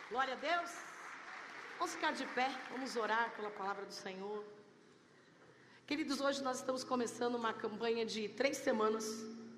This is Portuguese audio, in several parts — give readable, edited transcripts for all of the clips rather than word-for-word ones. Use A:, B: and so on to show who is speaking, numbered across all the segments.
A: Glória a Deus. Vamos ficar de pé, vamos orar pela palavra do Senhor. Queridos, hoje nós estamos começando uma campanha de 3 semanas.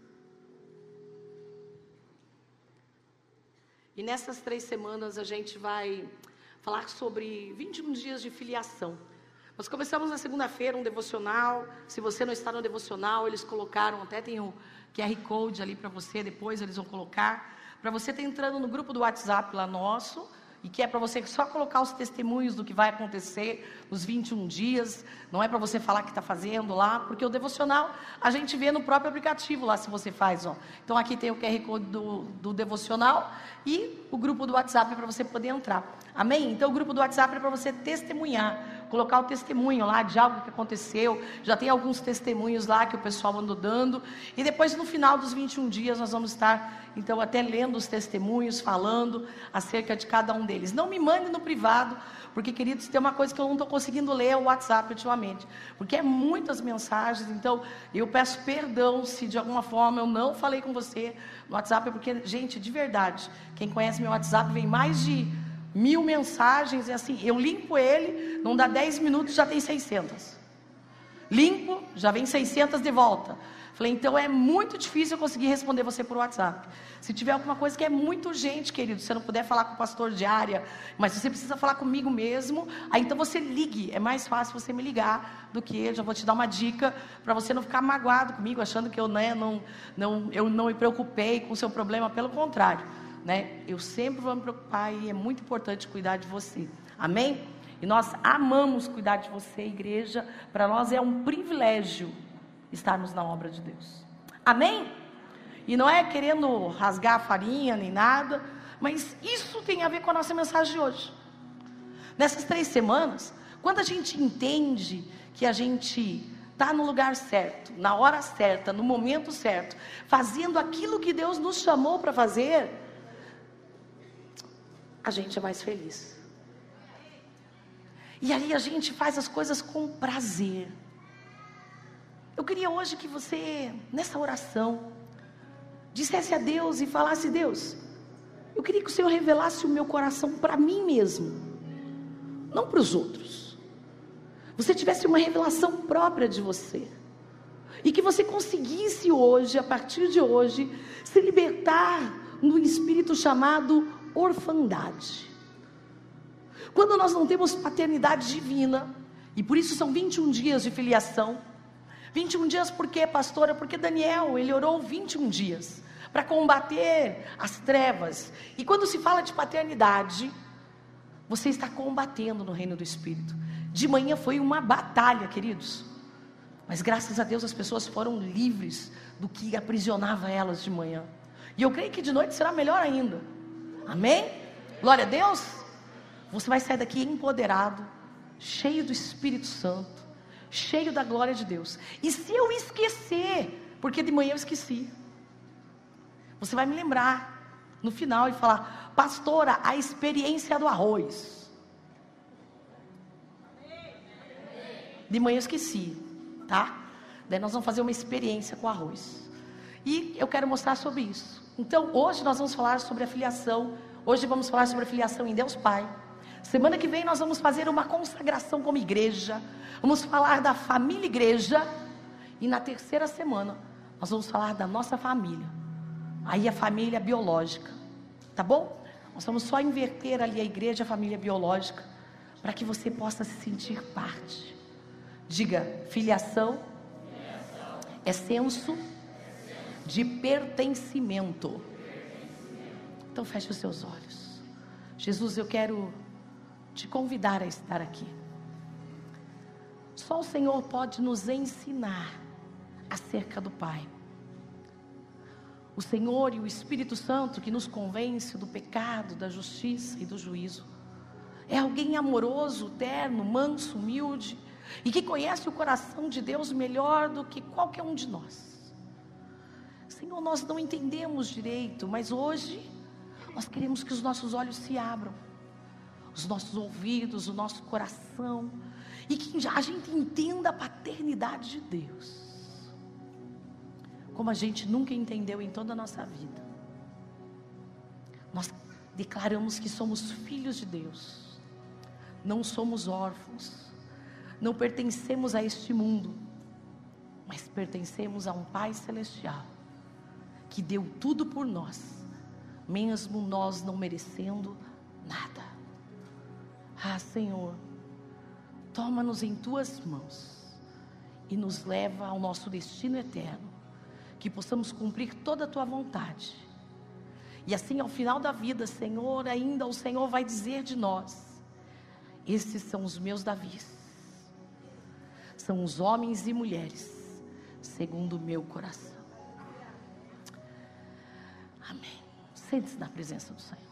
A: E nessas 3 semanas a gente vai falar sobre 21 dias de filiação. Nós começamos na segunda-feira um devocional. Se você não está no devocional, eles colocaram, até tem o QR Code ali para você, depois eles vão colocar. Para você estar entrando no grupo do WhatsApp lá nosso, e que é para você só colocar os testemunhos do que vai acontecer nos 21 dias, não é para você falar que está fazendo lá, porque o devocional a gente vê no próprio aplicativo lá, se você faz, ó. Então aqui tem o QR Code do devocional e o grupo do WhatsApp para você poder entrar, amém? Então o grupo do WhatsApp é para você testemunhar, colocar o testemunho lá de algo que aconteceu. Já tem alguns testemunhos lá que o pessoal andou dando, e depois no final dos 21 dias nós vamos estar então até lendo os testemunhos, falando acerca de cada um deles. Não me mande no privado, porque, queridos, tem uma coisa que eu não estou conseguindo ler, é o WhatsApp ultimamente, porque é muitas mensagens. Então eu peço perdão se de alguma forma eu não falei com você no WhatsApp, porque, gente, de verdade, quem conhece meu WhatsApp, vem mais de 1000 mensagens, e assim, eu limpo ele, não dá 10 minutos, já tem 600. Limpo, já vem 600 de volta. Falei, então é muito difícil eu conseguir responder você por WhatsApp. Se tiver alguma coisa que é muito urgente, querido, se você não puder falar com o pastor de área, mas se você precisa falar comigo mesmo, aí então você ligue. É mais fácil você me ligar do que eu já vou te dar uma dica para você não ficar magoado comigo, achando que eu, eu não me preocupei com o seu problema. Pelo contrário, eu sempre vou me preocupar, e é muito importante cuidar de você, amém? E nós amamos cuidar de você, igreja. Para nós é um privilégio estarmos na obra de Deus, amém? E não é querendo rasgar a farinha nem nada, mas isso tem a ver com a nossa mensagem de hoje. Nessas 3 semanas, quando a gente entende que a gente está no lugar certo, na hora certa, no momento certo, fazendo aquilo que Deus nos chamou para fazer, a gente é mais feliz. E aí a gente faz as coisas com prazer. Eu queria hoje que você, nessa oração, dissesse a Deus e falasse: Deus, eu queria que o Senhor revelasse o meu coração para mim mesmo, não para os outros. Você tivesse uma revelação própria de você, e que você conseguisse hoje, a partir de hoje, se libertar no espírito chamado orfandade. Quando nós não temos paternidade divina, e por isso são 21 dias de filiação. 21 dias por quê, pastora? Porque Daniel, ele orou 21 dias para combater as trevas. E quando se fala de paternidade, você está combatendo no reino do Espírito. De manhã foi uma batalha, queridos, mas graças a Deus as pessoas foram livres do que aprisionava elas de manhã. E eu creio que de noite será melhor ainda, amém? Glória a Deus. Você vai sair daqui empoderado, cheio do Espírito Santo, cheio da glória de Deus. E se eu esquecer, porque de manhã eu esqueci, você vai me lembrar no final e falar: pastora, a experiência do arroz. De manhã eu esqueci, tá? Daí nós vamos fazer uma experiência com arroz, e eu quero mostrar sobre isso. Então hoje nós vamos falar sobre a filiação. Hoje vamos falar sobre a filiação em Deus Pai. Semana que vem nós vamos fazer uma consagração como igreja. Vamos falar da família igreja. E na terceira semana nós vamos falar da nossa família. Aí a família biológica, tá bom? Nós vamos só inverter ali a igreja e a família biológica, para que você possa se sentir parte. Diga: filiação é senso de pertencimento. Então feche os seus olhos. Jesus, eu quero te convidar a estar aqui. Só o Senhor pode nos ensinar acerca do Pai. O Senhor e o Espírito Santo que nos convence do pecado, da justiça e do juízo. É alguém amoroso, terno, manso, humilde, e que conhece o coração de Deus melhor do que qualquer um de nós. Senhor, nós não entendemos direito, mas hoje nós queremos que os nossos olhos se abram, os nossos ouvidos, o nosso coração, e que a gente entenda a paternidade de Deus, como a gente nunca entendeu em toda a nossa vida. Nós declaramos que somos filhos de Deus, não somos órfãos, não pertencemos a este mundo, mas pertencemos a um Pai Celestial, que deu tudo por nós, mesmo nós não merecendo nada. Ah, Senhor, toma-nos em Tuas mãos e nos leva ao nosso destino eterno, que possamos cumprir toda a Tua vontade. E assim, ao final da vida, Senhor, ainda o Senhor vai dizer de nós: esses são os meus Davis, são os homens e mulheres segundo o meu coração. Amém. Sente-se na presença do Senhor.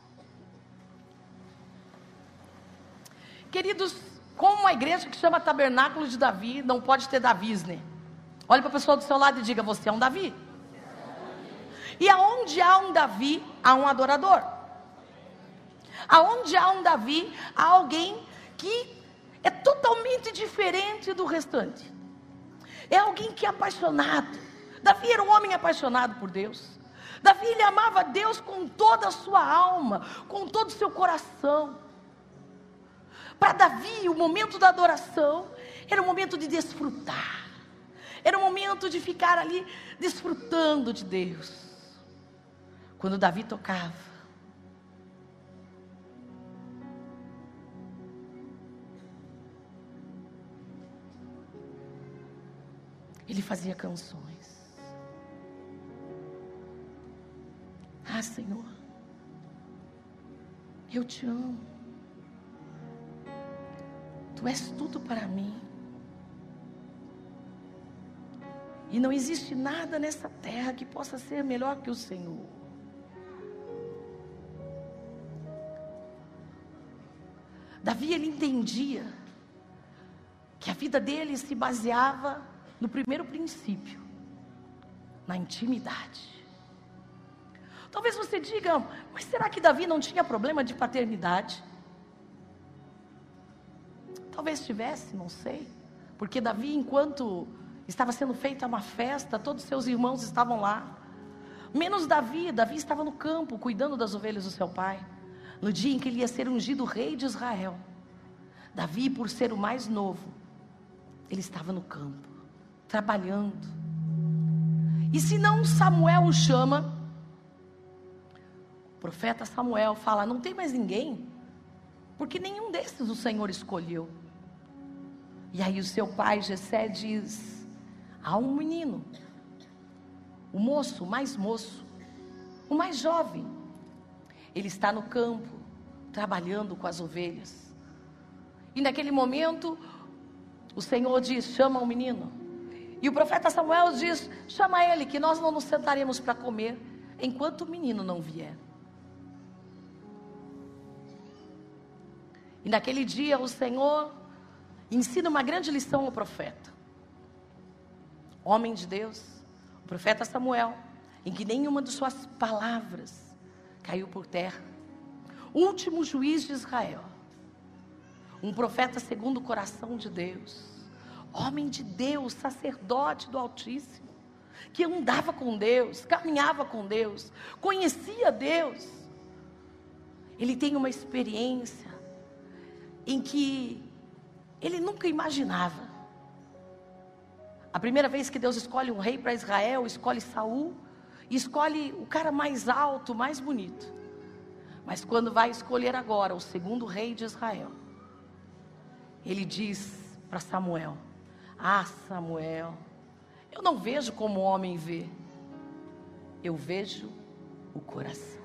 A: Queridos, como uma igreja que chama Tabernáculo de Davi, não pode ter Davis, né? Olhe para a pessoa do seu lado e diga: você é um Davi. E aonde há um Davi, há um adorador. Aonde há um Davi, há alguém que é totalmente diferente do restante. É alguém que é apaixonado. Davi era um homem apaixonado por Deus. Davi, ele amava Deus com toda a sua alma, com todo o seu coração. Para Davi, o momento da adoração era um momento de desfrutar. Era um momento de ficar ali desfrutando de Deus. Quando Davi tocava, ele fazia canções. Ah, Senhor, eu te amo. Tu és tudo para mim. E não existe nada nessa terra que possa ser melhor que o Senhor. Davi, ele entendia que a vida dele se baseava no primeiro princípio, na intimidade. Talvez você diga: mas será que Davi não tinha problema de paternidade? Talvez tivesse, não sei. Porque Davi, enquanto estava sendo feita uma festa, todos os seus irmãos estavam lá. Menos Davi. Davi estava no campo, cuidando das ovelhas do seu pai. No dia em que ele ia ser ungido rei de Israel. Davi, por ser o mais novo, ele estava no campo, trabalhando. E se não Samuel o chama, o profeta Samuel fala: não tem mais ninguém, porque nenhum desses o Senhor escolheu. E aí o seu pai Jessé diz: há um menino, o moço, o mais moço, o mais jovem, ele está no campo, trabalhando com as ovelhas. E naquele momento, o Senhor diz: chama o menino. E o profeta Samuel diz: chama ele, que nós não nos sentaremos para comer, enquanto o menino não vier. E naquele dia, o Senhor ensina uma grande lição ao profeta. Homem de Deus, o profeta Samuel, em que nenhuma de suas palavras caiu por terra. Último juiz de Israel. Um profeta segundo o coração de Deus. Homem de Deus, sacerdote do Altíssimo. Que andava com Deus, caminhava com Deus, conhecia Deus. Ele tem uma experiência em que ele nunca imaginava. A primeira vez que Deus escolhe um rei para Israel, escolhe Saul, e escolhe o cara mais alto, mais bonito. Mas quando vai escolher agora o segundo rei de Israel, ele diz para Samuel: ah, Samuel, eu não vejo como o homem vê, eu vejo o coração.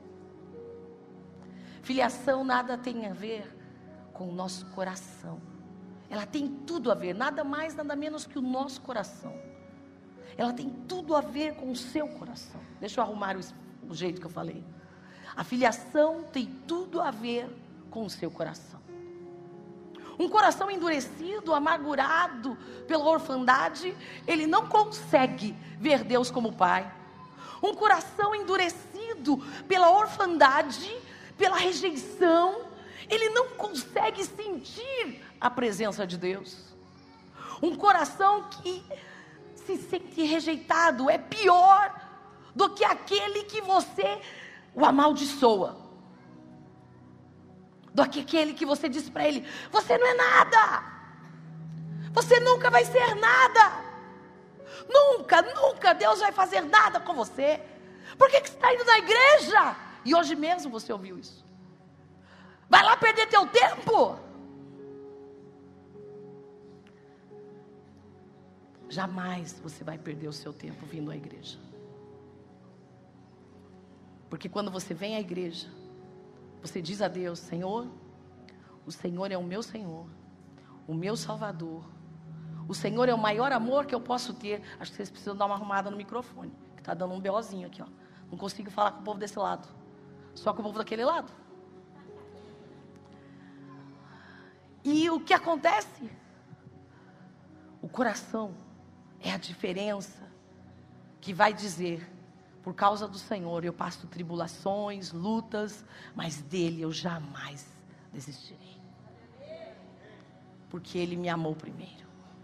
A: Filiação nada tem a ver com o nosso coração. Ela tem tudo a ver, nada mais, nada menos que o nosso coração. Ela tem tudo a ver com o seu coração. Deixa eu arrumar o jeito que eu falei. A filiação tem tudo a ver com o seu coração. Um coração endurecido, amargurado pela orfandade, ele não consegue ver Deus como Pai. Um coração endurecido pela orfandade, pela rejeição, ele não consegue sentir a presença de Deus. Um coração que se sente rejeitado é pior do que aquele que você o amaldiçoa. do que aquele que você diz para ele: você não é nada, você nunca vai ser nada, nunca Deus vai fazer nada com você. Por que você está indo na igreja? E hoje mesmo você ouviu isso. Vai lá perder teu tempo. Jamais você vai perder o seu tempo vindo à igreja. Porque quando você vem à igreja, você diz a Deus: Senhor, o Senhor é o meu Senhor, o meu Salvador. O Senhor é o maior amor que eu posso ter. Acho que vocês precisam dar uma arrumada no microfone, que está dando um BOzinho aqui, ó. Não consigo falar com o povo desse lado, só com o povo daquele lado. E o que acontece? O coração é a diferença que vai dizer: por causa do Senhor eu passo tribulações, lutas, mas dele eu jamais desistirei, porque ele me amou primeiro.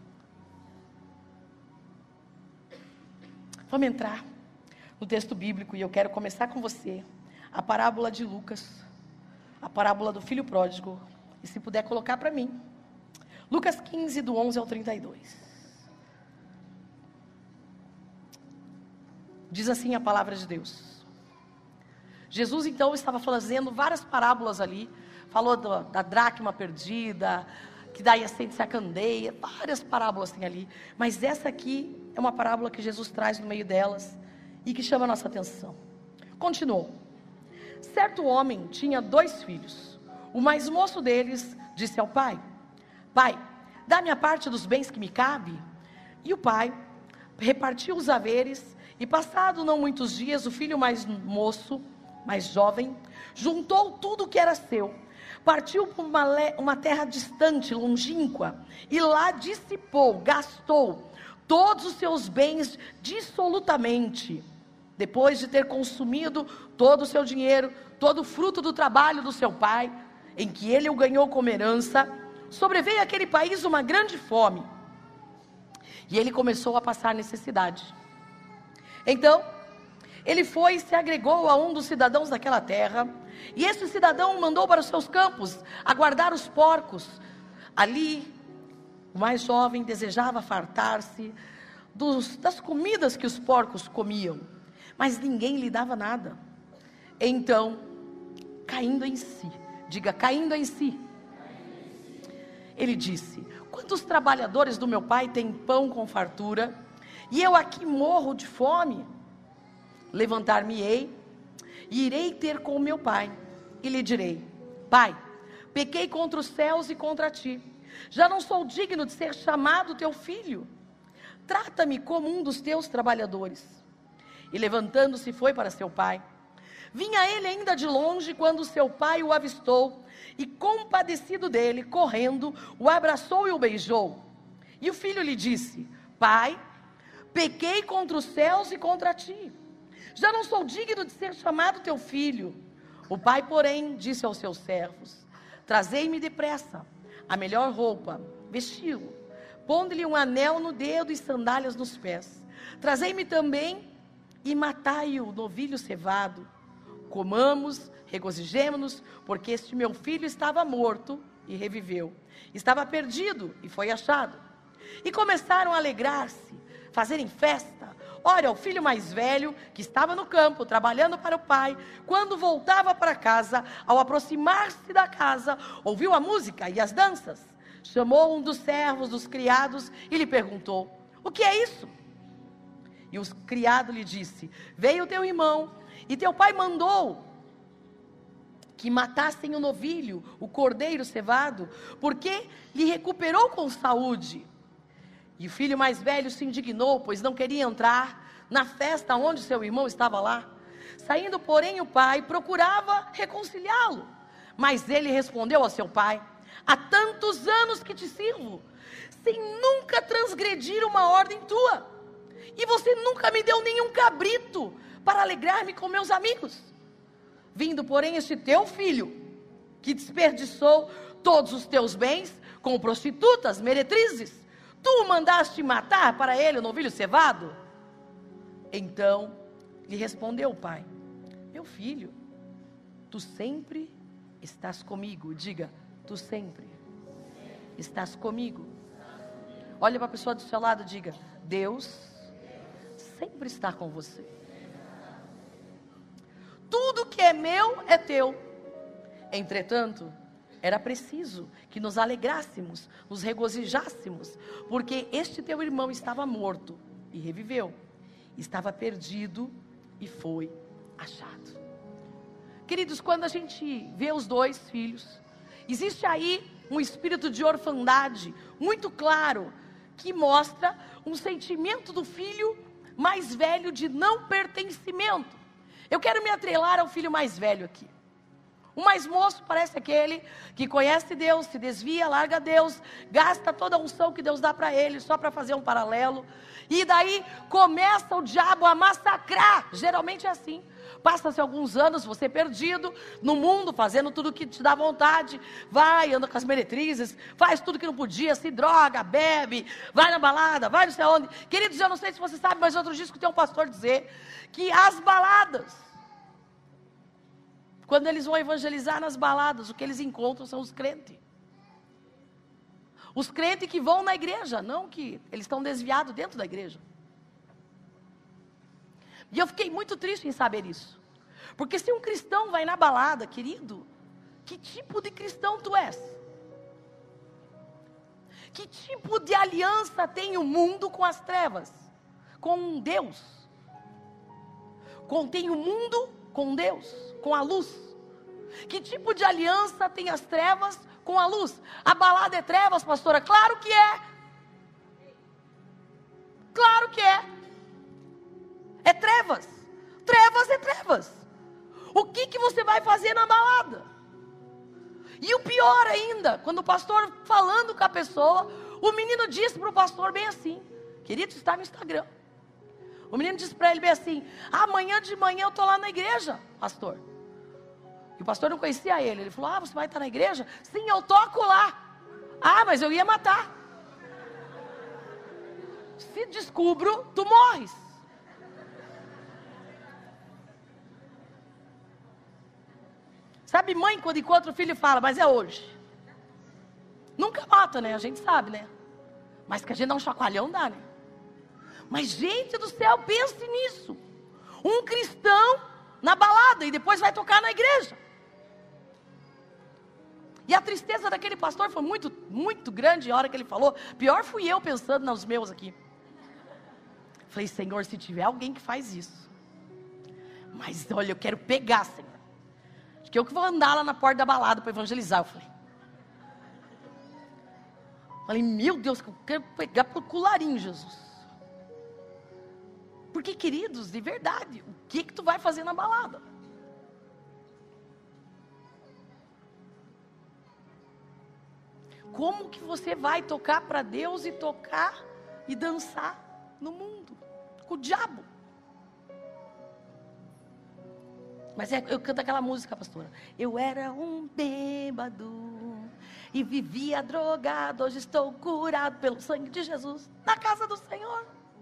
A: Vamos entrar no texto bíblico e eu quero começar com você a parábola de Lucas, a parábola do filho pródigo. E se puder colocar para mim, Lucas 15, do 11 ao 32. Diz assim a palavra de Deus. Jesus então estava fazendo várias parábolas ali. Falou da dracma perdida, que daí acende-se a candeia. Várias parábolas tem ali. Mas essa aqui é uma parábola que Jesus traz no meio delas e que chama a nossa atenção. Continuou. Certo homem tinha 2 filhos. O mais moço deles disse ao pai: Pai, dá-me a parte dos bens que me cabe. E o pai repartiu os haveres. E passado não muitos dias, o filho mais moço, mais jovem, juntou tudo o que era seu, partiu para uma terra distante, longínqua, e lá dissipou, gastou todos os seus bens dissolutamente. Depois de ter consumido todo o seu dinheiro, todo o fruto do trabalho do seu pai, em que ele o ganhou como herança, sobreveio àquele país uma grande fome, e ele começou a passar necessidade. Então, ele foi e se agregou a um dos cidadãos daquela terra, e esse cidadão o mandou para os seus campos, a guardar os porcos. Ali, o mais jovem desejava fartar-se das comidas que os porcos comiam, mas ninguém lhe dava nada. Então, caindo em si, diga, caindo em si, ele disse: quantos trabalhadores do meu pai têm pão com fartura, e eu aqui morro de fome? Levantar-me-ei e irei ter com o meu pai, e lhe direi: Pai, pequei contra os céus e contra ti, já não sou digno de ser chamado teu filho, trata-me como um dos teus trabalhadores. E levantando-se foi para seu pai. Vinha ele ainda de longe, quando seu pai o avistou, e compadecido dele, correndo, o abraçou e o beijou. E o filho lhe disse: Pai, pequei contra os céus e contra ti, já não sou digno de ser chamado teu filho. O pai, porém, disse aos seus servos: trazei-me depressa a melhor roupa, vesti-o, pondo-lhe um anel no dedo e sandálias nos pés. Trazei-me também e matai-o novilho cevado. Comamos, regozijemo-nos, porque este meu filho estava morto e reviveu, estava perdido e foi achado. E começaram a alegrar-se, fazerem festa. Ora, o filho mais velho, que estava no campo, trabalhando para o pai, quando voltava para casa, ao aproximar-se da casa, ouviu a música e as danças. Chamou um dos servos, dos criados, e lhe perguntou: o que é isso? E o criado lhe disse: veio teu irmão, e teu pai mandou que matassem o novilho, o cordeiro cevado, porque lhe recuperou com saúde. E o filho mais velho se indignou, pois não queria entrar na festa onde seu irmão estava lá. Saindo, porém, o pai procurava reconciliá-lo. Mas ele respondeu ao seu pai: há tantos anos que te sirvo, sem nunca transgredir uma ordem tua, e você nunca me deu nenhum cabrito para alegrar-me com meus amigos. Vindo, porém, este teu filho, que desperdiçou todos os teus bens com prostitutas, meretrizes, tu o mandaste matar para ele o novilho cevado? Então lhe respondeu o pai: meu filho, tu sempre estás comigo. Diga, tu sempre estás comigo. Olha para a pessoa do seu lado, diga, Deus sempre está com você. Tudo que é meu é teu. Entretanto, era preciso que nos alegrássemos, nos regozijássemos, porque este teu irmão estava morto e reviveu, estava perdido e foi achado. Queridos, quando a gente vê os dois filhos, existe aí um espírito de orfandade muito claro, que mostra um sentimento do filho mais velho de não pertencimento. Eu quero me atrelar ao filho mais velho aqui. O mais moço parece aquele que conhece Deus, se desvia, larga Deus, gasta toda a unção que Deus dá para ele, só para fazer um paralelo. E daí começa o diabo a massacrar. Geralmente é assim. Passa-se alguns anos, você perdido no mundo, fazendo tudo que te dá vontade. Vai, anda com as meretrizes, faz tudo que não podia, se droga, bebe, vai na balada, vai não sei onde. Queridos, eu não sei se você sabe, mas outro dia escutei um pastor dizer que as baladas, quando eles vão evangelizar nas baladas, o que eles encontram são os crentes. Os crentes que vão na igreja, não que eles estão desviados dentro da igreja. E eu fiquei muito triste em saber isso. Porque se um cristão vai na balada, querido, que tipo de cristão tu és? Que tipo de aliança tem o mundo com as trevas? Com Deus? Tem o mundo com Deus, com a luz. Que tipo de aliança tem as trevas com a luz? A balada é trevas, pastora? Claro que é. Claro que é. É trevas. Trevas é trevas. O que você vai fazer na balada? E o pior ainda, quando o pastor falando com a pessoa, o menino disse para o pastor bem assim, querido, está no Instagram. O menino disse para ele bem assim, amanhã de manhã eu estou lá na igreja, pastor. E o pastor não conhecia ele. Ele falou, você vai estar na igreja? Sim, eu toco lá. Mas eu ia matar. Se descubro, tu morres. Sabe mãe quando encontra o filho e fala, mas é hoje. Nunca mata, né? A gente sabe, né? Mas que a gente dá um chacoalhão, dá, né? Mas gente do céu, pense nisso. Um cristão na balada e depois vai tocar na igreja. E a tristeza daquele pastor foi muito, muito grande a hora que ele falou. Pior fui eu pensando nos meus aqui. Falei, Senhor, se tiver alguém que faz isso. Mas olha, eu quero pegar, Senhor. Acho que eu que vou andar lá na porta da balada para evangelizar. Eu falei, meu Deus, eu quero pegar pelo colarinho, Jesus. Porque, queridos, de verdade, o que tu vai fazer na balada? Como que você vai tocar para Deus e tocar e dançar no mundo? Com o diabo. Mas eu canto aquela música, pastora. Eu era um bêbado e vivia drogado. Hoje estou curado pelo sangue de Jesus na casa do Senhor.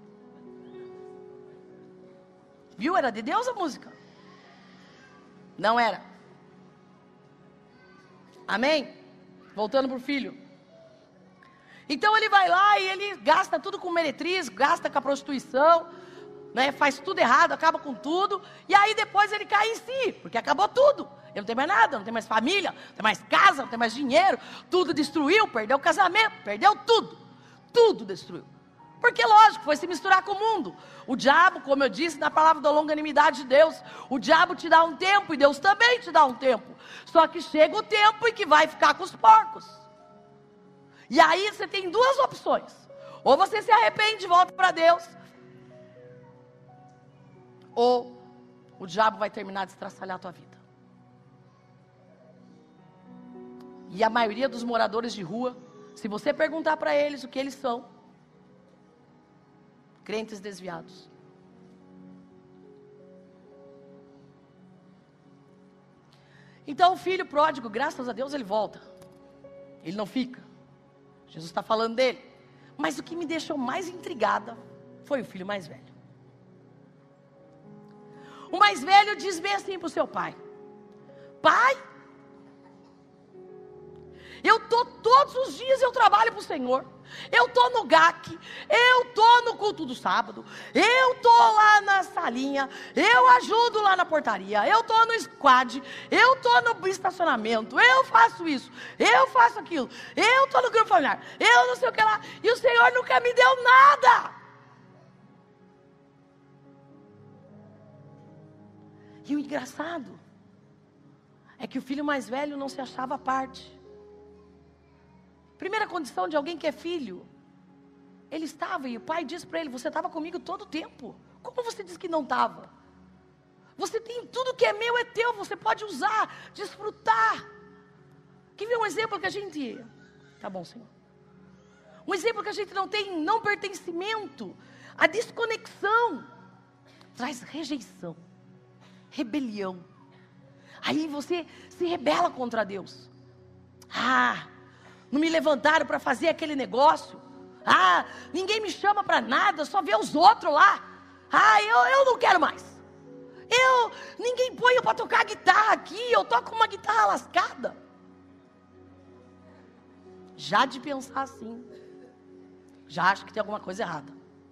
A: Viu? Era de Deus a música? Não era. Amém? Voltando para o filho. Então ele vai lá e ele gasta tudo com meretriz, gasta com a prostituição, né? Faz tudo errado, acaba com tudo. E aí depois ele cai em si, porque acabou tudo. Ele não tem mais nada, não tem mais família, não tem mais casa, não tem mais dinheiro. Tudo destruiu, perdeu o casamento, perdeu tudo. Tudo destruiu. Porque lógico, foi se misturar com o mundo. O diabo, como eu disse na palavra da longanimidade de Deus, o diabo te dá um tempo e Deus também te dá um tempo. Só que chega o tempo em que vai ficar com os porcos. E aí você tem duas opções. Ou você se arrepende e volta para Deus. Ou o diabo vai terminar de estraçalhar a tua vida. E a maioria dos moradores de rua, se você perguntar para eles o que eles são, crentes desviados. Então o filho pródigo, graças a Deus, ele volta. Ele não fica. Jesus está falando dele. Mas o que me deixou mais intrigada foi o filho mais velho. O mais velho diz bem assim para o seu pai: Pai, Eu estou todos os dias, eu trabalho para o Senhor. Eu estou no GAC, eu estou no culto do sábado, eu estou lá na salinha, eu ajudo lá na portaria, eu estou no squad, eu estou no estacionamento, eu faço isso, eu faço aquilo, eu estou no grupo familiar, eu não sei o que lá, e o Senhor nunca me deu nada. E o engraçado é que o filho mais velho não se achava à parte. Primeira condição de alguém que é filho, ele estava, e o pai disse para ele: você estava comigo todo o tempo. Como você disse que não estava? Você tem tudo que é meu, é teu, você pode usar, desfrutar. Quer ver um exemplo que a gente... Tá bom, Senhor. Um exemplo que a gente não tem, não pertencimento. A desconexão traz rejeição, rebelião. Aí você se rebela contra Deus. Não me levantaram para fazer aquele negócio. Ninguém me chama para nada, só vê os outros lá. Eu não quero mais. Ninguém põe eu para tocar guitarra aqui, eu toco uma guitarra lascada. Já de pensar assim, já acho que tem alguma coisa errada.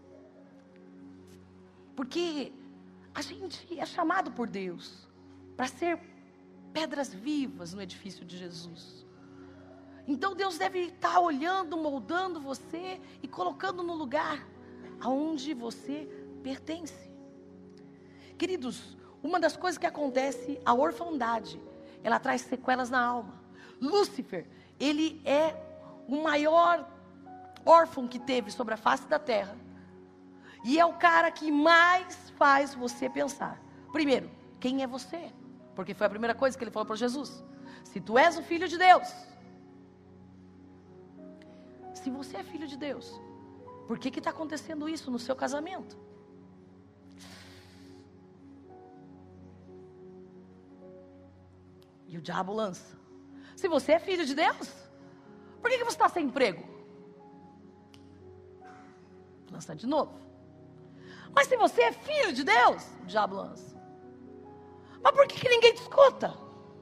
A: Porque a gente é chamado por Deus para ser pedras vivas no edifício de Jesus. Então Deus deve estar olhando, moldando você e colocando no lugar aonde você pertence. Queridos, uma das coisas que acontece, a orfandade, ela traz sequelas na alma. Lúcifer, ele é o maior órfão que teve sobre a face da terra. E é o cara que mais faz você pensar. Primeiro, quem é você? Porque foi a primeira coisa que ele falou para Jesus. Se tu és o filho de Deus... Se você é filho de Deus, por que está acontecendo isso no seu casamento? E o diabo lança: se você é filho de Deus, por que você está sem emprego? Lança de novo. Mas se você é filho de Deus, o diabo lança: mas por que ninguém te escuta?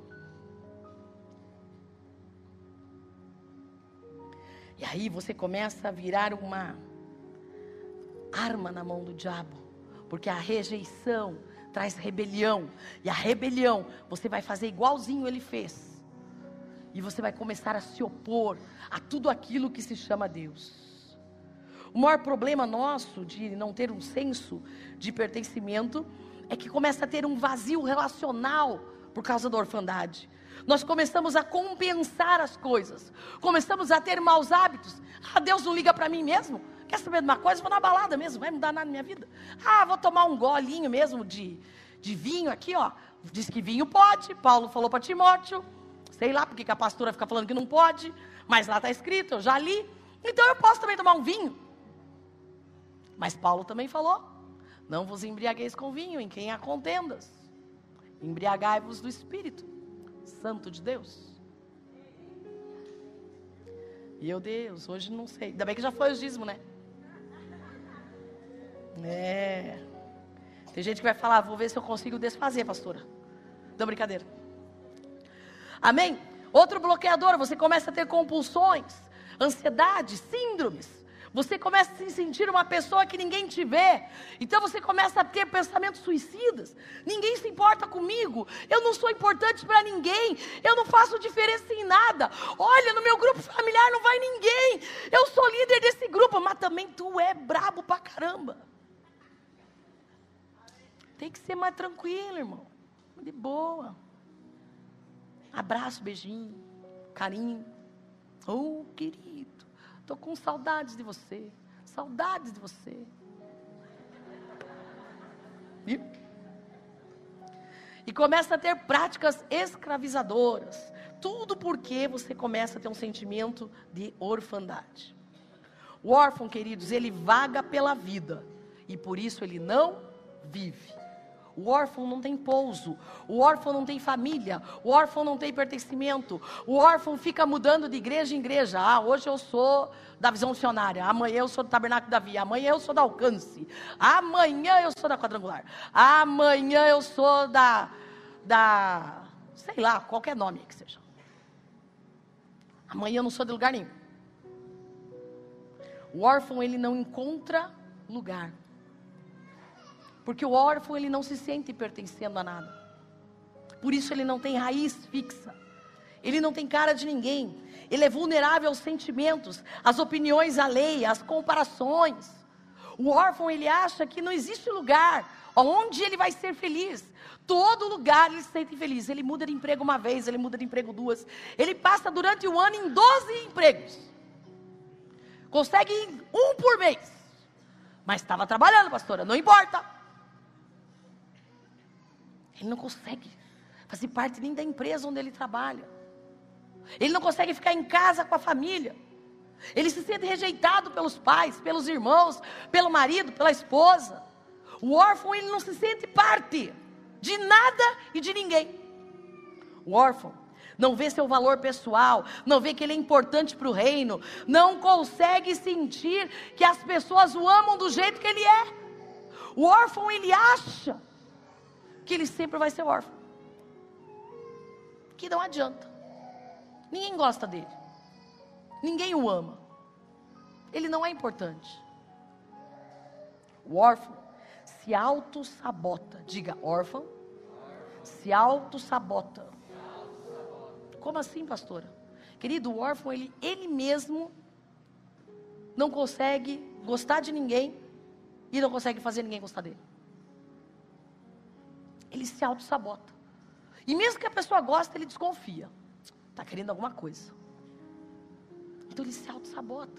A: E aí você começa a virar uma arma na mão do diabo. Porque a rejeição traz rebelião. E a rebelião, você vai fazer igualzinho ele fez. E você vai começar a se opor a tudo aquilo que se chama Deus. O maior problema nosso de não ter um senso de pertencimento é que começa a ter um vazio relacional por causa da orfandade. Nós começamos a compensar as coisas. Começamos a ter maus hábitos. Deus não liga para mim mesmo? Quer saber de uma coisa? Vou na balada mesmo, vai mudar nada na minha vida. Vou tomar um golinho mesmo de vinho aqui, ó. Diz que vinho pode. Paulo falou para Timóteo. Sei lá porque que a pastora fica falando que não pode. Mas lá está escrito, eu já li. Então eu posso também tomar um vinho. Mas Paulo também falou: não vos embriagueis com vinho, em quem há contendas. Embriagai-vos do Espírito Santo de Deus. Meu Deus, hoje não sei. Ainda bem que já foi o dízimo, né? Tem gente que vai falar: vou ver se eu consigo desfazer, pastora. Não, brincadeira. Amém? Outro bloqueador, você começa a ter compulsões, ansiedade, síndromes. Você começa a se sentir uma pessoa que ninguém te vê. Então você começa a ter pensamentos suicidas. Ninguém se importa comigo. Eu não sou importante para ninguém. Eu não faço diferença em nada. Olha, no meu grupo familiar não vai ninguém. Eu sou líder desse grupo, mas também tu é brabo pra caramba. Tem que ser mais tranquilo, irmão. De boa. Abraço, beijinho, carinho. Oh, querido. Estou com saudades de você. Saudades de você. E começa a ter práticas escravizadoras. Tudo porque você começa a ter um sentimento de orfandade. O órfão, queridos, ele vaga pela vida. E por isso ele não vive. O órfão não tem pouso, o órfão não tem família, o órfão não tem pertencimento, o órfão fica mudando de igreja em igreja. Hoje eu sou da Visão Missionária, amanhã eu sou do Tabernáculo da Via, amanhã eu sou da Alcance, amanhã eu sou da Quadrangular, amanhã eu sou da sei lá, qualquer nome que seja. Amanhã eu não sou de lugar nenhum. O órfão, ele não encontra lugar. Porque o órfão, ele não se sente pertencendo a nada. Por isso ele não tem raiz fixa. Ele não tem cara de ninguém. Ele é vulnerável aos sentimentos, às opiniões alheias, às comparações. O órfão, ele acha que não existe lugar onde ele vai ser feliz. Todo lugar ele se sente feliz. Ele muda de emprego uma vez, ele muda de emprego duas. Ele passa durante o ano em 12 empregos. Consegue um por mês. Mas estava trabalhando, pastora, não importa. Ele não consegue fazer parte nem da empresa onde ele trabalha. Ele não consegue ficar em casa com a família. Ele se sente rejeitado pelos pais, pelos irmãos, pelo marido, pela esposa. O órfão, ele não se sente parte de nada e de ninguém. O órfão não vê seu valor pessoal, não vê que ele é importante para o reino, não consegue sentir que as pessoas o amam do jeito que ele é. O órfão, ele acha que ele sempre vai ser órfão. Que não adianta. Ninguém gosta dele. Ninguém o ama. Ele não é importante. O órfão se auto-sabota. Diga, órfão se auto-sabota. Como assim, pastora? Querido, o órfão, ele mesmo não consegue gostar de ninguém e não consegue fazer ninguém gostar dele. Ele se auto-sabota. E mesmo que a pessoa goste, ele desconfia. Está querendo alguma coisa. Então ele se auto-sabota.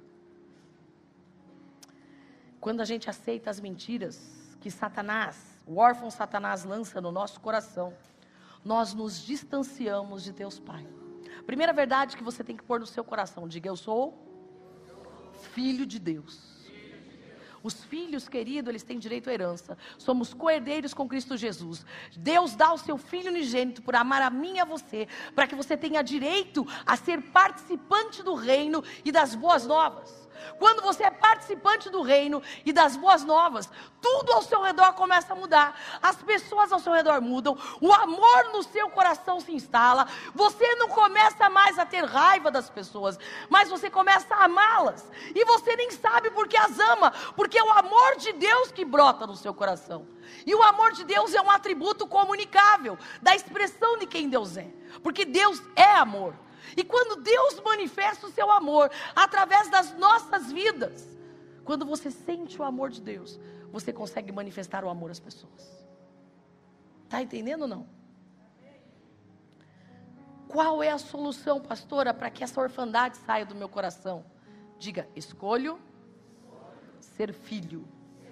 A: Quando a gente aceita as mentiras que Satanás, o órfão Satanás lança no nosso coração, nós nos distanciamos de Deus Pai. Primeira verdade que você tem que pôr no seu coração, diga, eu sou filho de Deus. Os filhos, querido, eles têm direito à herança. Somos co-herdeiros com Cristo Jesus. Deus dá o seu Filho unigênito por amar a mim e a você, para que você tenha direito a ser participante do reino e das boas novas. Quando você é participante do reino e das boas novas, tudo ao seu redor começa a mudar. As pessoas ao seu redor mudam. O amor no seu coração se instala. Você não começa mais a ter raiva das pessoas, mas você começa a amá-las. E você nem sabe por que as ama, porque é o amor de Deus que brota no seu coração. E o amor de Deus é um atributo comunicável da expressão de quem Deus é. Porque Deus é amor. E quando Deus manifesta o seu amor através das nossas vidas, quando você sente o amor de Deus, você consegue manifestar o amor às pessoas. Está entendendo ou não? Qual é a solução, pastora, para que essa orfandade saia do meu coração? Diga, escolho ser filho.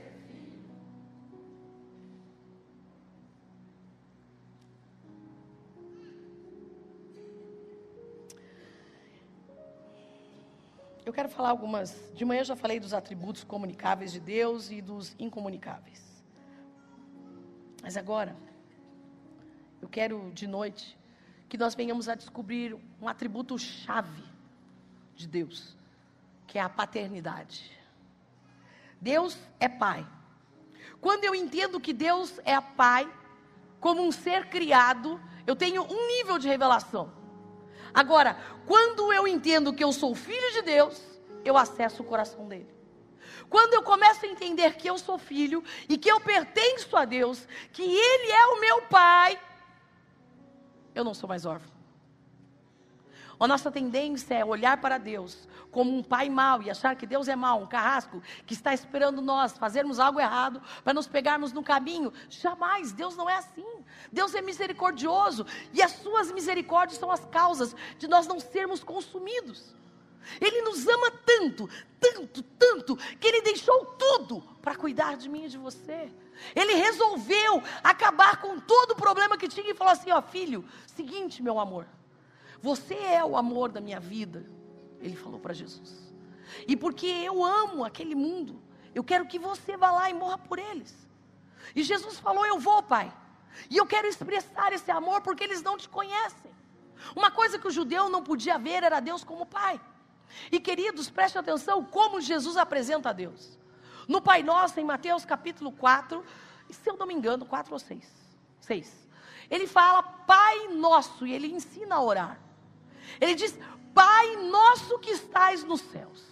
A: Eu quero falar algumas. De manhã eu já falei dos atributos comunicáveis de Deus e dos incomunicáveis. Mas agora, eu quero de noite que nós venhamos a descobrir um atributo chave de Deus, que é a paternidade. Deus é Pai. Quando eu entendo que Deus é Pai, como um ser criado, eu tenho um nível de revelação. Agora, quando eu entendo que eu sou filho de Deus, eu acesso o coração dele. Quando eu começo a entender que eu sou filho e que eu pertenço a Deus, que Ele é o meu Pai, eu não sou mais órfão. A nossa tendência é olhar para Deus como um pai mau e achar que Deus é mau, um carrasco que está esperando nós fazermos algo errado para nos pegarmos no caminho. Jamais, Deus não é assim. Deus é misericordioso e as suas misericórdias são as causas de nós não sermos consumidos. Ele nos ama tanto, tanto, tanto, que Ele deixou tudo para cuidar de mim e de você. Ele resolveu acabar com todo o problema que tinha e falou assim, ó filho, seguinte meu amor, você é o amor da minha vida. Ele falou para Jesus. E porque eu amo aquele mundo, eu quero que você vá lá e morra por eles. E Jesus falou, eu vou, Pai. E eu quero expressar esse amor porque eles não te conhecem. Uma coisa que o judeu não podia ver era Deus como Pai. E queridos, prestem atenção como Jesus apresenta a Deus. No Pai Nosso, em Mateus capítulo 4, se eu não me engano, 4 ou 6. Ele fala Pai Nosso e ele ensina a orar. Ele diz, Pai nosso que estais nos céus.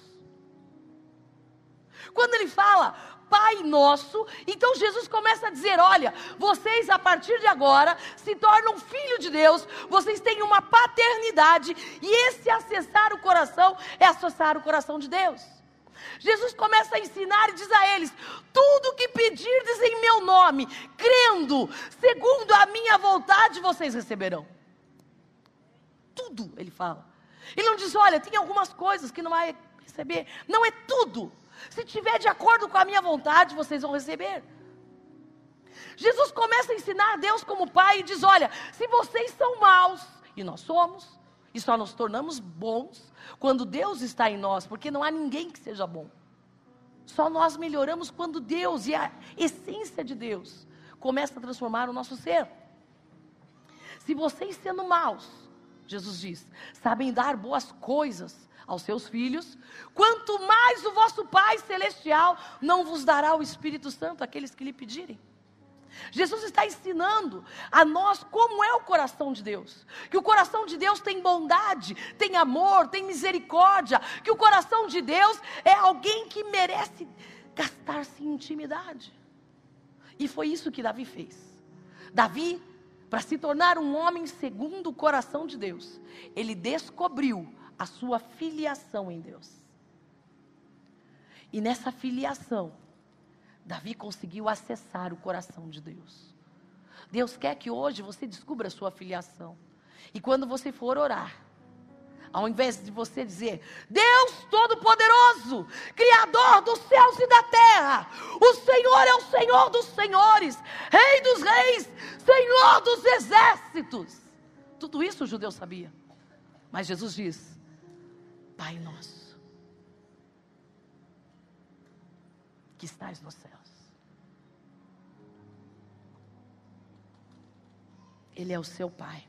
A: Quando ele fala Pai nosso, então Jesus começa a dizer, olha, vocês a partir de agora se tornam filhos de Deus, vocês têm uma paternidade, e esse acessar o coração é acessar o coração de Deus. Jesus começa a ensinar e diz a eles, tudo que pedirdes em meu nome, crendo, segundo a minha vontade, vocês receberão. Tudo, ele fala. Ele não diz, olha, tem algumas coisas que não vai receber, não é tudo. Se tiver de acordo com a minha vontade, vocês vão receber. Jesus começa a ensinar a Deus como Pai e diz, olha, se vocês são maus, e nós somos, e só nos tornamos bons, quando Deus está em nós, porque não há ninguém que seja bom. Só nós melhoramos quando Deus e a essência de Deus começa a transformar o nosso ser. Se vocês sendo maus, Jesus diz, sabem dar boas coisas aos seus filhos, quanto mais o vosso Pai Celestial não vos dará o Espírito Santo àqueles que lhe pedirem. Jesus está ensinando a nós como é o coração de Deus, que o coração de Deus tem bondade, tem amor, tem misericórdia, que o coração de Deus é alguém que merece gastar-se em intimidade. E foi isso que Davi fez. Davi, para se tornar um homem segundo o coração de Deus, ele descobriu a sua filiação em Deus. E nessa filiação, Davi conseguiu acessar o coração de Deus. Deus quer que hoje você descubra a sua filiação. E quando você for orar, ao invés de você dizer, Deus Todo-Poderoso, Criador dos céus e da terra, o Senhor é o Senhor dos senhores, Rei dos reis, Senhor dos exércitos. Tudo isso o judeu sabia. Mas Jesus diz, Pai nosso, que estais nos céus. Ele é o seu Pai.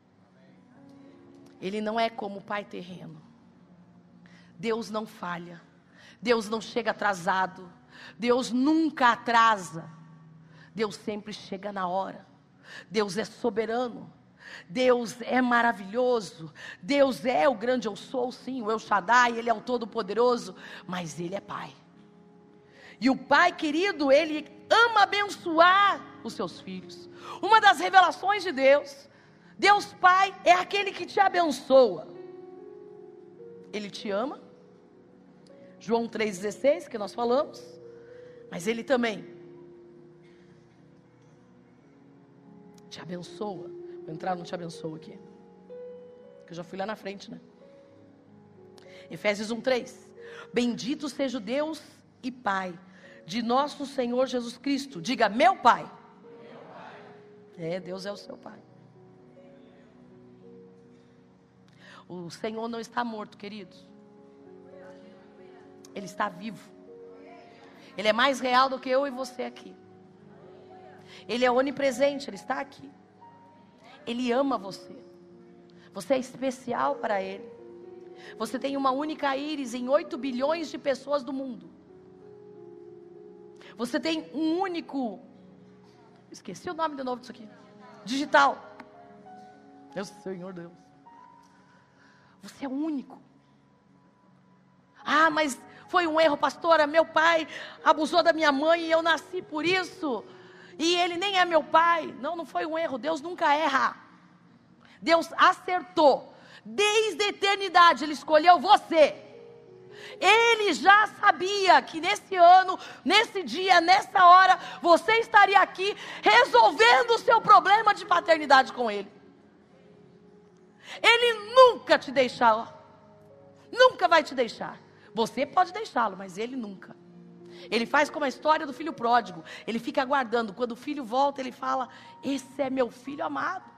A: Ele não é como o pai terreno. Deus não falha. Deus não chega atrasado. Deus nunca atrasa. Deus sempre chega na hora. Deus é soberano. Deus é maravilhoso. Deus é o grande eu sou, sim, o El Shaddai, Ele é o Todo-Poderoso, mas Ele é Pai. E o Pai querido, Ele ama abençoar os seus filhos. Uma das revelações de Deus, Deus Pai é aquele que te abençoa. Ele te ama. João 3,16, que nós falamos. Mas Ele também te abençoa. Vou entrar no te abençoa aqui, que eu já fui lá na frente, né? Efésios 1,3. Bendito seja o Deus e Pai de nosso Senhor Jesus Cristo. Diga, meu Pai. Meu Pai. Deus é o seu Pai. O Senhor não está morto, queridos. Ele está vivo. Ele é mais real do que eu e você aqui. Ele é onipresente, Ele está aqui. Ele ama você. Você é especial para Ele. Você tem uma única íris em 8 bilhões de pessoas do mundo. Você tem um único... Esqueci o nome de novo disso aqui. Digital. Meu Senhor Deus. Você é único. Ah, mas foi um erro, pastora. Meu pai abusou da minha mãe e eu nasci por isso. E ele nem é meu pai. Não, não foi um erro. Deus nunca erra. Deus acertou. Desde a eternidade Ele escolheu você. Ele já sabia que nesse ano, nesse dia, nessa hora, você estaria aqui resolvendo o seu problema de paternidade com Ele. Ele nunca te deixar. Nunca vai te deixar. Você pode deixá-lo, mas Ele nunca. Ele faz como a história do filho pródigo. Ele fica aguardando. Quando o filho volta, Ele fala, esse é meu filho amado.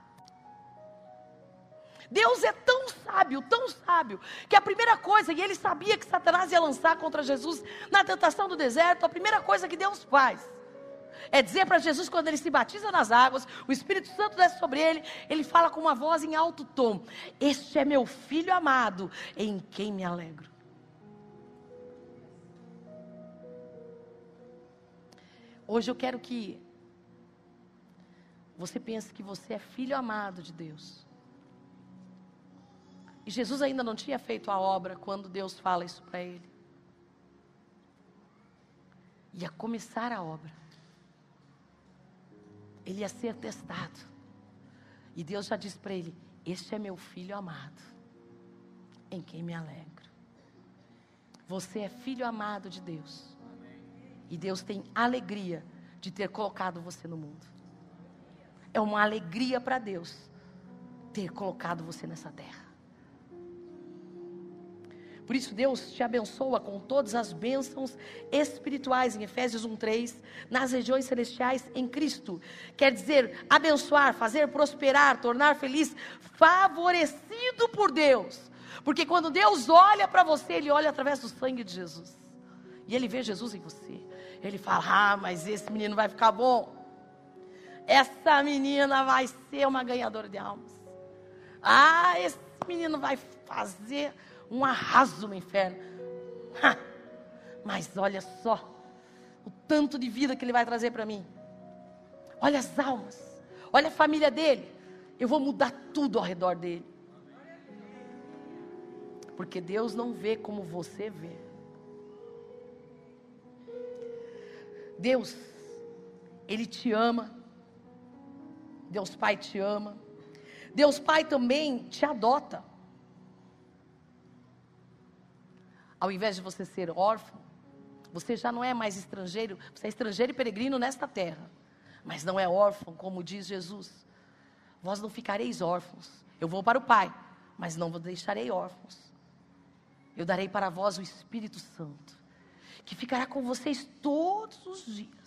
A: Deus é tão sábio, que a primeira coisa, e Ele sabia que Satanás ia lançar contra Jesus na tentação do deserto, a primeira coisa que Deus faz, é dizer para Jesus, quando Ele se batiza nas águas, o Espírito Santo desce sobre Ele, Ele fala com uma voz em alto tom, este é meu filho amado, em quem me alegro. Hoje eu quero que você pense que você é filho amado de Deus. E Jesus ainda não tinha feito a obra quando Deus fala isso para ele. Ia começar a obra. Ele ia ser testado. E Deus já disse para ele: este é meu filho amado, em quem me alegro. Você é filho amado de Deus. E Deus tem alegria de ter colocado você no mundo. É uma alegria para Deus ter colocado você nessa terra. Por isso Deus te abençoa com todas as bênçãos espirituais, em Efésios 1:3, nas regiões celestiais em Cristo. Quer dizer, abençoar, fazer prosperar, tornar feliz, favorecido por Deus. Porque quando Deus olha para você, Ele olha através do sangue de Jesus. E Ele vê Jesus em você. Ele fala: mas esse menino vai ficar bom. Essa menina vai ser uma ganhadora de almas. Esse menino vai fazer um arraso no inferno. Mas olha só o tanto de vida que ele vai trazer para mim. Olha as almas, olha a família dele. Eu vou mudar tudo ao redor dele. Porque Deus não vê como você vê. Deus, Ele te ama. Deus Pai te ama. Deus Pai também te adota. Ao invés de você ser órfão, você já não é mais estrangeiro. Você é estrangeiro e peregrino nesta terra, mas não é órfão, como diz Jesus. Vós não ficareis órfãos. Eu vou para o Pai, mas não vos deixarei órfãos. Eu darei para vós o Espírito Santo, que ficará com vocês todos os dias.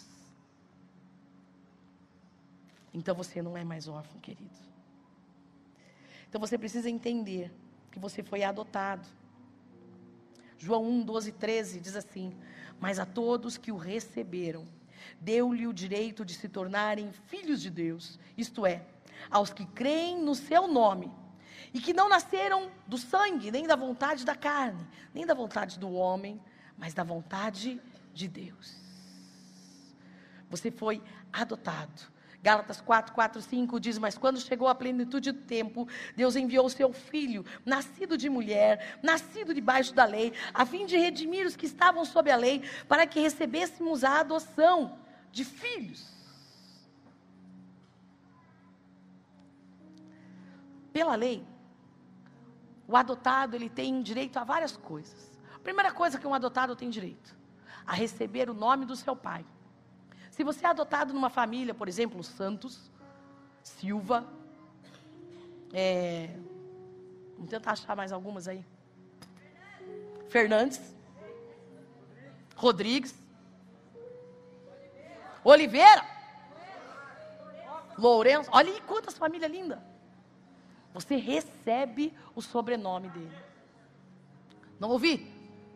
A: Então você não é mais órfão, querido. Então você precisa entender que você foi adotado. João 1, 12, 13 diz assim: mas a todos que o receberam, deu-lhe o direito de se tornarem filhos de Deus, isto é, aos que creem no seu nome, e que não nasceram do sangue, nem da vontade da carne, nem da vontade do homem, mas da vontade de Deus. Você foi adotado. Gálatas 4, 4, 5 diz: mas quando chegou a plenitude do tempo, Deus enviou o seu Filho, nascido de mulher, nascido debaixo da lei, a fim de redimir os que estavam sob a lei, para que recebêssemos a adoção de filhos. Pela lei, o adotado ele tem direito a várias coisas. A primeira coisa que um adotado tem direito: a receber o nome do seu pai. Se você é adotado numa família, por exemplo, Santos, Silva, vamos tentar achar mais algumas aí. Fernandes, Rodrigues, Oliveira, Lourenço, olha aí quantas famílias lindas. Você recebe o sobrenome dele. Não ouvi?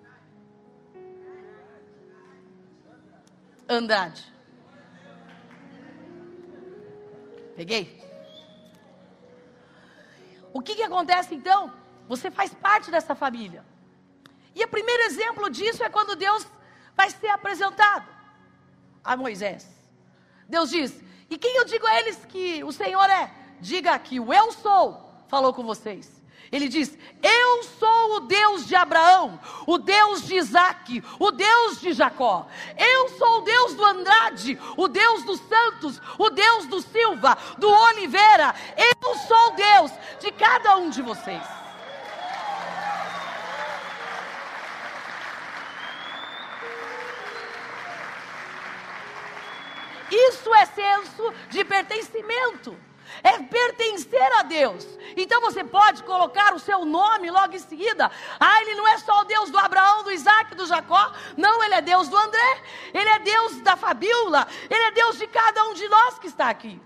A: Andrade. Peguei? O que acontece então? Você faz parte dessa família. E o primeiro exemplo disso é quando Deus vai ser apresentado a Moisés. Deus diz: e quem eu digo a eles que o Senhor é? Diga que o eu sou falou com vocês. Ele diz: eu sou o Deus de Abraão, o Deus de Isaac, o Deus de Jacó. Eu sou o Deus do Andrade, o Deus dos Santos, o Deus do Silva, do Oliveira. Eu sou o Deus de cada um de vocês. Isso é senso de pertencimento. É pertencer a Deus. Então você pode colocar o seu nome logo em seguida. Ele não é só o Deus do Abraão, do Isaac, do Jacó. Não, ele é Deus do André. Ele é Deus da Fabíola. Ele é Deus de cada um de nós que está aqui.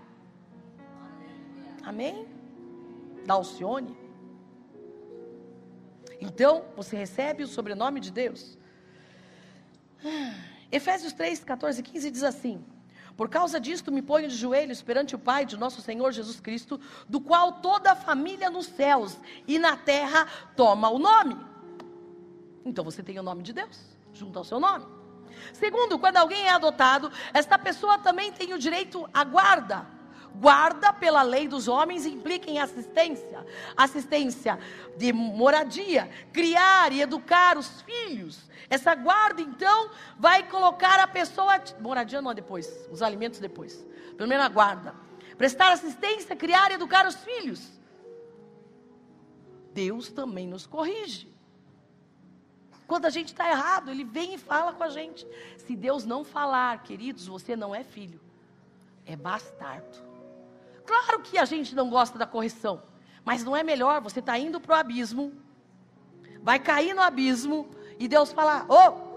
A: Amém? Da Alcione. Então você recebe o sobrenome de Deus. Efésios 3, 14 e 15 diz assim: por causa disto me ponho de joelhos perante o Pai de nosso Senhor Jesus Cristo, do qual toda a família nos céus e na terra toma o nome. Então você tem o nome de Deus junto ao seu nome. Segundo, quando alguém é adotado, esta pessoa também tem o direito à guarda, Guarda pela lei dos homens implica em assistência. Assistência de moradia, criar e educar os filhos. Essa guarda, então, vai colocar a pessoa... Moradia não é depois, os alimentos depois. Primeiro a guarda. Prestar assistência, criar e educar os filhos. Deus também nos corrige. Quando a gente está errado, Ele vem e fala com a gente. Se Deus não falar, queridos, você não é filho. É bastardo. Claro que a gente não gosta da correção. Mas não é melhor, você está indo para o abismo. Vai cair no abismo. E Deus fala,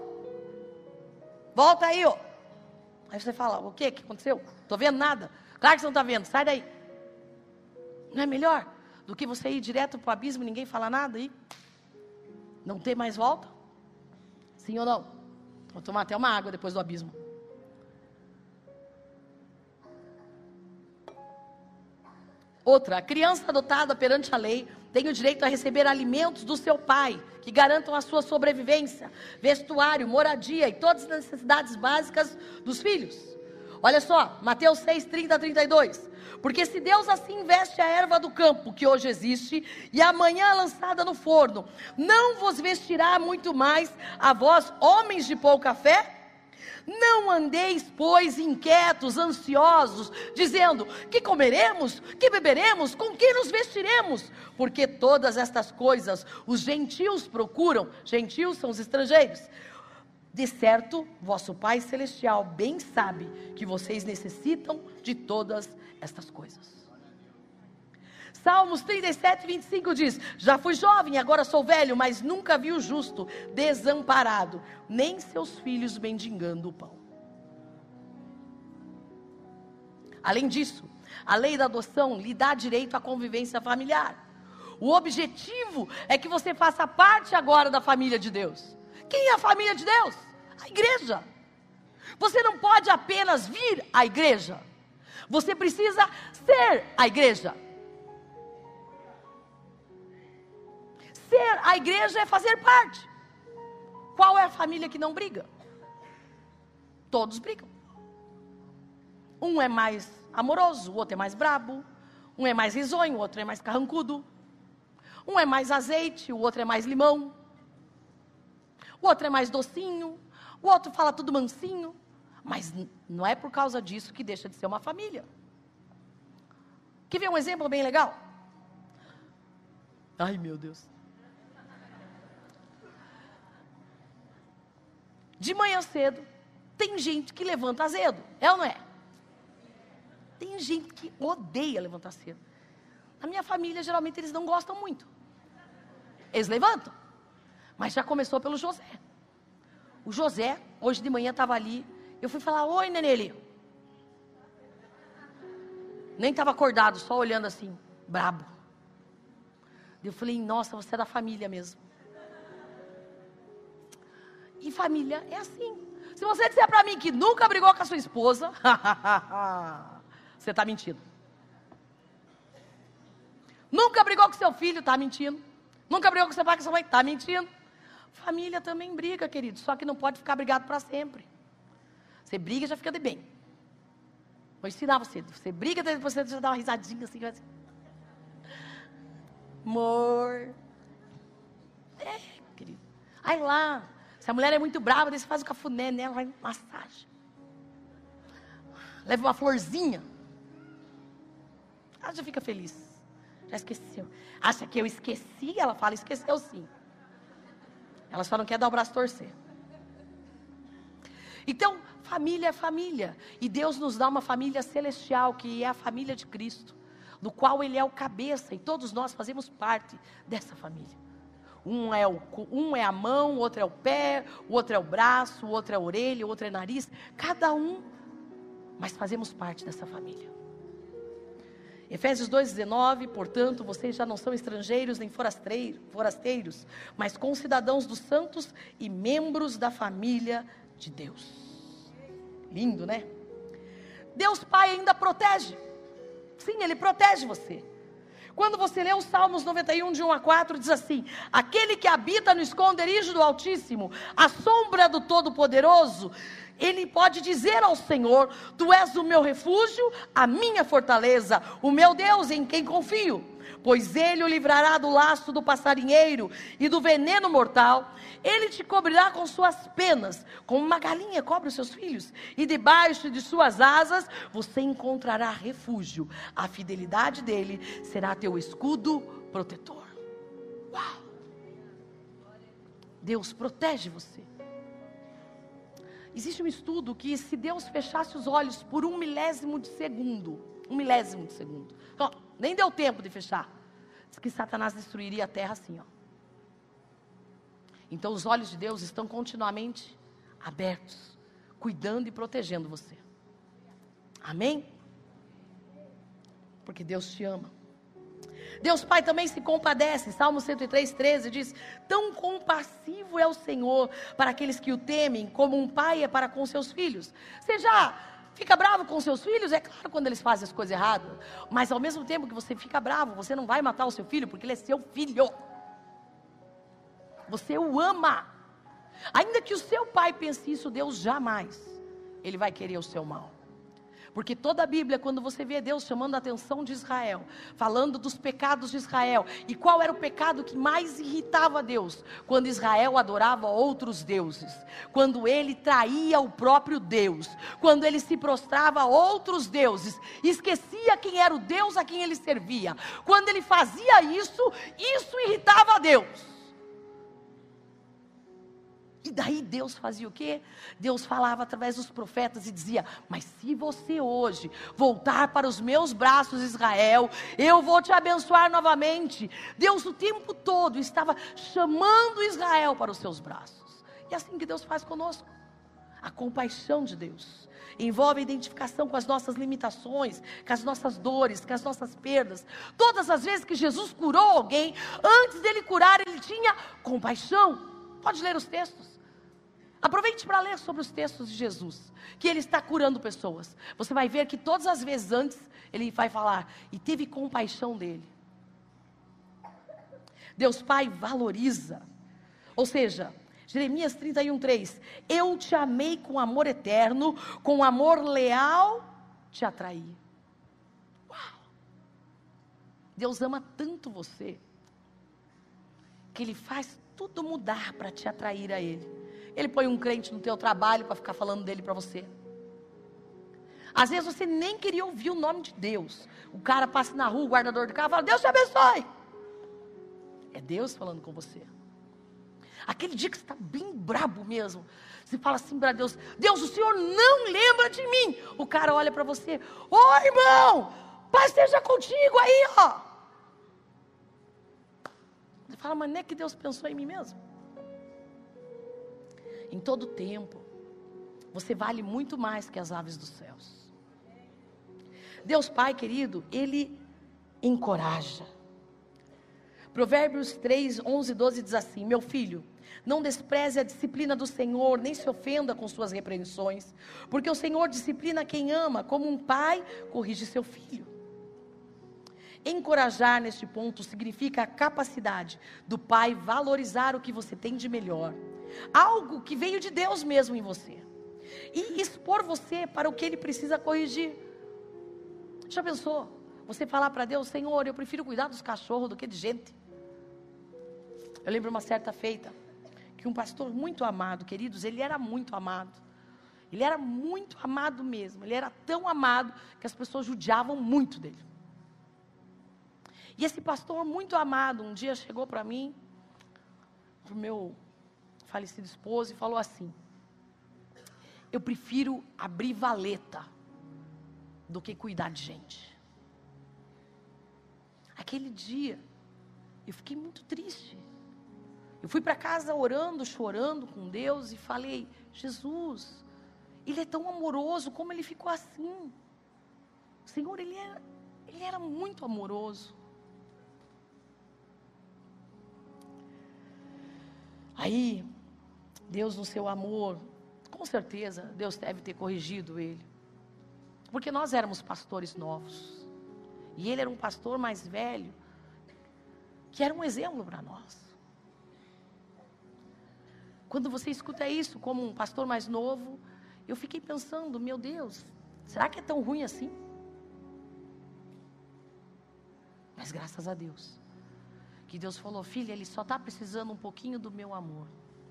A: volta aí, Aí você fala, o quê? O que aconteceu? Estou vendo nada. Claro que você não está vendo, sai daí. Não é melhor do que você ir direto para o abismo e ninguém falar nada aí? Não ter mais volta? Sim ou não? Vou tomar até uma água depois do abismo. Outra, a criança adotada perante a lei tem o direito a receber alimentos do seu pai, que garantam a sua sobrevivência, vestuário, moradia e todas as necessidades básicas dos filhos. Olha só, Mateus 6, 30 a 32. Porque se Deus assim veste a erva do campo, que hoje existe, e amanhã é lançada no forno, não vos vestirá muito mais a vós, homens de pouca fé? Não andeis, pois, inquietos, ansiosos, dizendo, que comeremos, que beberemos, com que nos vestiremos? Porque todas estas coisas os gentios procuram, gentios são os estrangeiros. De certo, vosso Pai Celestial bem sabe que vocês necessitam de todas estas coisas. Salmos 37, 25 diz, já fui jovem, agora sou velho, mas nunca vi o justo desamparado, nem seus filhos mendigando o pão. Além disso, a lei da adoção lhe dá direito à convivência familiar. O objetivo é que você faça parte agora da família de Deus. Quem é a família de Deus? A igreja. Você não pode apenas vir à igreja. Você precisa ser a igreja. Ser a igreja é fazer parte. Qual é a família que não briga? Todos brigam. Um é mais amoroso, o outro é mais brabo. Um é mais risonho, o outro é mais carrancudo. Um é mais azeite, o outro é mais limão. O outro é mais docinho. O outro fala tudo mansinho. Mas não é por causa disso que deixa de ser uma família. Quer ver um exemplo bem legal? Ai, meu Deus. De manhã cedo, tem gente que levanta azedo. É ou não é? Tem gente que odeia levantar cedo. Na minha família, geralmente, eles não gostam muito. Eles levantam. Mas já começou pelo José. O José, hoje de manhã, estava ali. Eu fui falar, oi, Nenê. Nem estava acordado, só olhando assim, brabo. Eu falei, nossa, você é da família mesmo. E família é assim. Se você disser para mim que nunca brigou com a sua esposa, você está mentindo. Nunca brigou com seu filho, está mentindo. Nunca brigou com seu pai, com sua mãe, está mentindo. Família também briga, querido, só que não pode ficar brigado para sempre. Você briga e já fica de bem. Vou ensinar você. Você briga, depois você já dá uma risadinha assim. Amor. É, querido. Aí lá, se a mulher é muito brava, daí você faz o cafuné nela, vai massagem. Leva uma florzinha. Ela já fica feliz. Já esqueceu. Acha que eu esqueci? Ela fala, esqueceu sim. Ela só não quer dar o braço a torcer. Então, família é família. E Deus nos dá uma família celestial, que é a família de Cristo, do qual Ele é o cabeça, e todos nós fazemos parte dessa família. Um é a mão, o outro é o pé, o outro é o braço, o outro é a orelha, o outro é o nariz. Cada um, mas fazemos parte dessa família. Efésios 2,19, portanto, vocês já não são estrangeiros nem forasteiros, mas concidadãos dos santos e membros da família de Deus. Lindo, né? Deus Pai ainda protege. Sim, Ele protege você. Quando você lê os Salmos 91, de 1 a 4, diz assim: aquele que habita no esconderijo do Altíssimo, a sombra do Todo-Poderoso, ele pode dizer ao Senhor: tu és o meu refúgio, a minha fortaleza, o meu Deus em quem confio. Pois ele o livrará do laço do passarinheiro e do veneno mortal. Ele te cobrirá com suas penas, como uma galinha cobre os seus filhos. E debaixo de suas asas você encontrará refúgio. A fidelidade dele será teu escudo protetor. Uau! Deus protege você. Existe um estudo que se Deus fechasse os olhos por 1 milésimo de segundo, ó, nem deu tempo de fechar, diz que Satanás destruiria a terra assim, ó. Então os olhos de Deus estão continuamente abertos, cuidando e protegendo você. Amém? Porque Deus te ama. Deus Pai também se compadece. Salmo 103:13 diz: tão compassivo é o Senhor para aqueles que o temem, como um pai é para com seus filhos. Você já fica bravo com seus filhos? É claro, quando eles fazem as coisas erradas. Mas ao mesmo tempo que você fica bravo, você não vai matar o seu filho, porque ele é seu filho. Você o ama. Ainda que o seu pai pense isso, Deus jamais, ele vai querer o seu mal. Porque toda a Bíblia, quando você vê Deus chamando a atenção de Israel, falando dos pecados de Israel, e qual era o pecado que mais irritava Deus? Quando Israel adorava outros deuses, quando ele traía o próprio Deus, quando ele se prostrava a outros deuses, esquecia quem era o Deus a quem ele servia. Quando ele fazia isso, isso irritava a Deus. E daí Deus fazia o quê? Deus falava através dos profetas e dizia: mas se você hoje voltar para os meus braços, Israel, eu vou te abençoar novamente. Deus o tempo todo estava chamando Israel para os seus braços. E é assim que Deus faz conosco. A compaixão de Deus envolve a identificação com as nossas limitações, com as nossas dores, com as nossas perdas. Todas as vezes que Jesus curou alguém, antes dele curar, ele tinha compaixão. Pode ler os textos. Aproveite para ler sobre os textos de Jesus, que ele está curando pessoas. Você vai ver que todas as vezes antes, ele vai falar: e teve compaixão dele. Deus Pai valoriza. Ou seja, Jeremias 31:3: eu te amei com amor eterno, com amor leal te atraí. Uau! Deus ama tanto você, que ele faz tudo mudar para te atrair a ele. Ele põe um crente no teu trabalho para ficar falando dele para você. Às vezes você nem queria ouvir o nome de Deus. O cara passa na rua, o guardador do carro, fala: Deus te abençoe. É Deus falando com você. Aquele dia que você está bem brabo mesmo, você fala assim para Deus: Deus, o Senhor não lembra de mim. O cara olha para você: ô irmão, paz seja contigo aí, ó. Você fala: mas não é que Deus pensou em mim mesmo? Em todo tempo, você vale muito mais que as aves dos céus. Deus Pai querido, ele encoraja. Provérbios 3:11-12 diz assim: meu filho, não despreze a disciplina do Senhor, nem se ofenda com suas repreensões, porque o Senhor disciplina quem ama, como um pai corrige seu filho. Encorajar neste ponto significa a capacidade do pai valorizar o que você tem de melhor, algo que veio de Deus mesmo em você, e expor você para o que ele precisa corrigir. Já pensou? Você falar para Deus: Senhor, eu prefiro cuidar dos cachorros do que de gente. Eu lembro uma certa feita, que um pastor muito amado, queridos, ele era muito amado. Ele era muito amado mesmo. Ele era tão amado que as pessoas judiavam muito dele. E esse pastor muito amado, um dia chegou para mim, para o meu falecido esposo, e falou assim: eu prefiro abrir valeta do que cuidar de gente. Aquele dia, eu fiquei muito triste. Eu fui para casa orando, chorando com Deus, e falei: Jesus, Ele é tão amoroso, como Ele ficou assim? Senhor, Ele era muito amoroso. Aí, Deus no seu amor, com certeza, Deus deve ter corrigido ele. Porque nós éramos pastores novos. E ele era um pastor mais velho, que era um exemplo para nós. Quando você escuta isso como um pastor mais novo, eu fiquei pensando, meu Deus, será que é tão ruim assim? Mas graças a Deus, que Deus falou, filha, ele só está precisando um pouquinho do meu amor.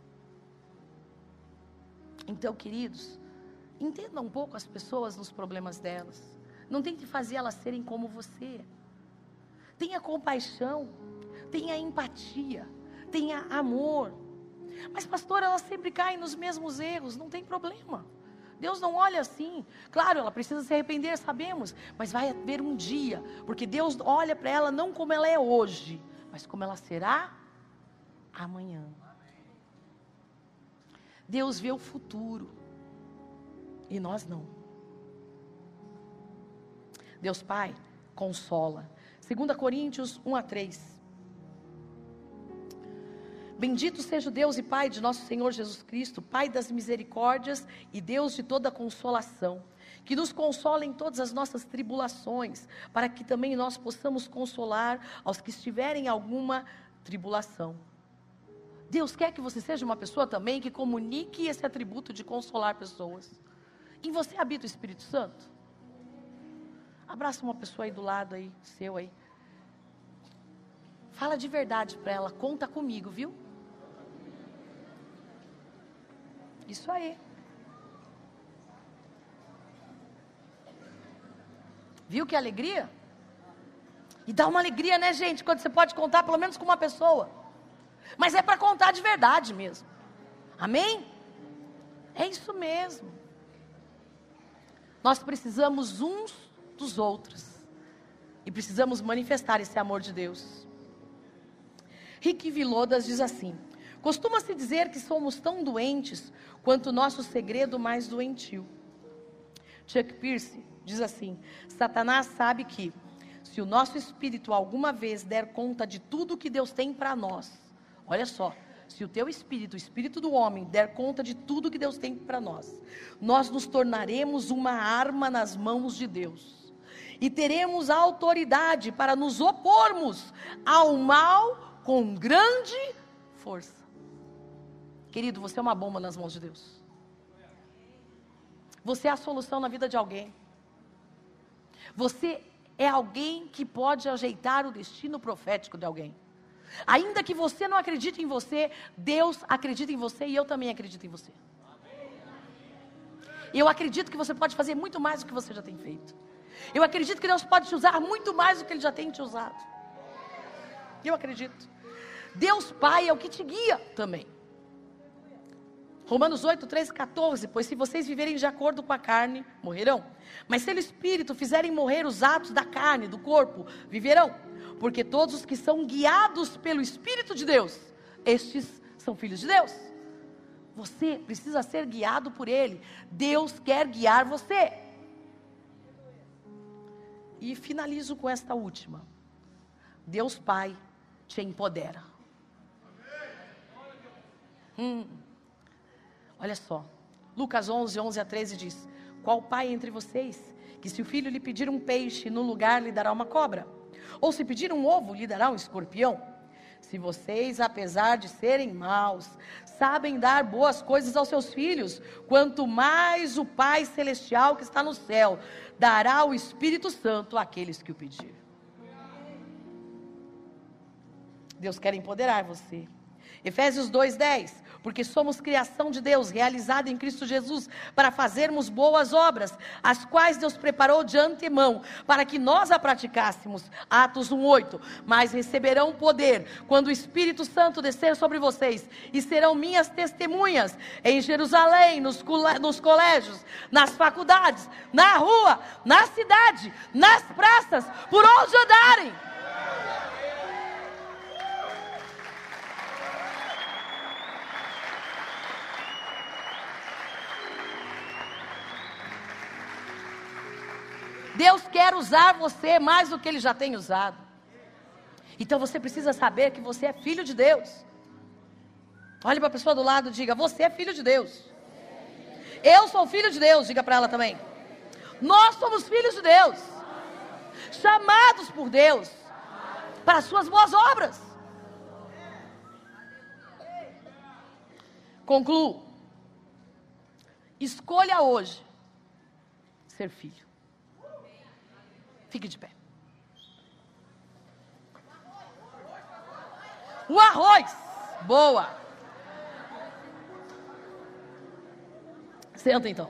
A: Então, queridos, entenda um pouco as pessoas nos problemas delas. Não tente fazer elas serem como você. Tenha compaixão, tenha empatia, tenha amor. Mas, pastor, elas sempre caem nos mesmos erros, não tem problema. Deus não olha assim. Claro, ela precisa se arrepender, sabemos. Mas vai haver um dia, porque Deus olha para ela não como ela é hoje, mas como ela será amanhã. Deus vê o futuro e nós não. Deus Pai consola. 2 Coríntios 1:3. Bendito seja o Deus e Pai de nosso Senhor Jesus Cristo, Pai das misericórdias e Deus de toda consolação, que nos consola em todas as nossas tribulações, para que também nós possamos consolar aos que estiverem em alguma tribulação. Deus quer que você seja uma pessoa também que comunique esse atributo de consolar pessoas. Em você habita o Espírito Santo? Abraça uma pessoa aí do lado aí, seu aí. Fala de verdade para ela, conta comigo, viu? Isso aí. Viu que alegria? E dá uma alegria, né, gente, quando você pode contar pelo menos com uma pessoa. Mas é para contar de verdade mesmo. Amém? É isso mesmo. Nós precisamos uns dos outros. E precisamos manifestar esse amor de Deus. Rick Vilodas diz assim: costuma-se dizer que somos tão doentes quanto o nosso segredo mais doentio. Chuck Pierce diz assim: Satanás sabe que, se o nosso espírito alguma vez der conta de tudo que Deus tem para nós, olha só, se o teu espírito, o espírito do homem, der conta de tudo que Deus tem para nós, nós nos tornaremos uma arma nas mãos de Deus. E teremos a autoridade para nos opormos ao mal com grande força. Querido, você é uma bomba nas mãos de Deus. Você é a solução na vida de alguém. Você é alguém que pode ajeitar o destino profético de alguém. Ainda que você não acredite em você, Deus acredita em você e eu também acredito em você. Eu acredito que você pode fazer muito mais do que você já tem feito. Eu acredito que Deus pode te usar muito mais do que Ele já tem te usado. Eu acredito. Deus Pai é o que te guia também. Romanos 8, 13, 14. Pois se vocês viverem de acordo com a carne, morrerão. Mas se o Espírito fizerem morrer os atos da carne, do corpo, viverão. Porque todos os que são guiados pelo Espírito de Deus, estes são filhos de Deus. Você precisa ser guiado por Ele. Deus quer guiar você. E finalizo com esta última. Deus Pai te empodera. Olha só, Lucas 11, 11 a 13 diz: qual pai entre vocês, que se o filho lhe pedir um peixe, no lugar lhe dará uma cobra? Ou se pedir um ovo, lhe dará um escorpião? Se vocês, apesar de serem maus, sabem dar boas coisas aos seus filhos, quanto mais o Pai Celestial que está no céu, dará o Espírito Santo àqueles que o pedir. Deus quer empoderar você. Efésios 2:10, porque somos criação de Deus, realizada em Cristo Jesus, para fazermos boas obras, as quais Deus preparou de antemão, para que nós a praticássemos. Atos 1:8, mas receberão poder, quando o Espírito Santo descer sobre vocês, e serão minhas testemunhas, em Jerusalém, nos colégios, nas faculdades, na rua, na cidade, nas praças, por onde andarem. Deus quer usar você mais do que Ele já tem usado. Então você precisa saber que você é filho de Deus. Olhe para a pessoa do lado e diga: você é filho de Deus. Eu sou filho de Deus, diga para ela também. Nós somos filhos de Deus, chamados por Deus para as suas boas obras. Concluo. Escolha hoje ser filho. Fique de pé. O arroz. Boa. Senta então.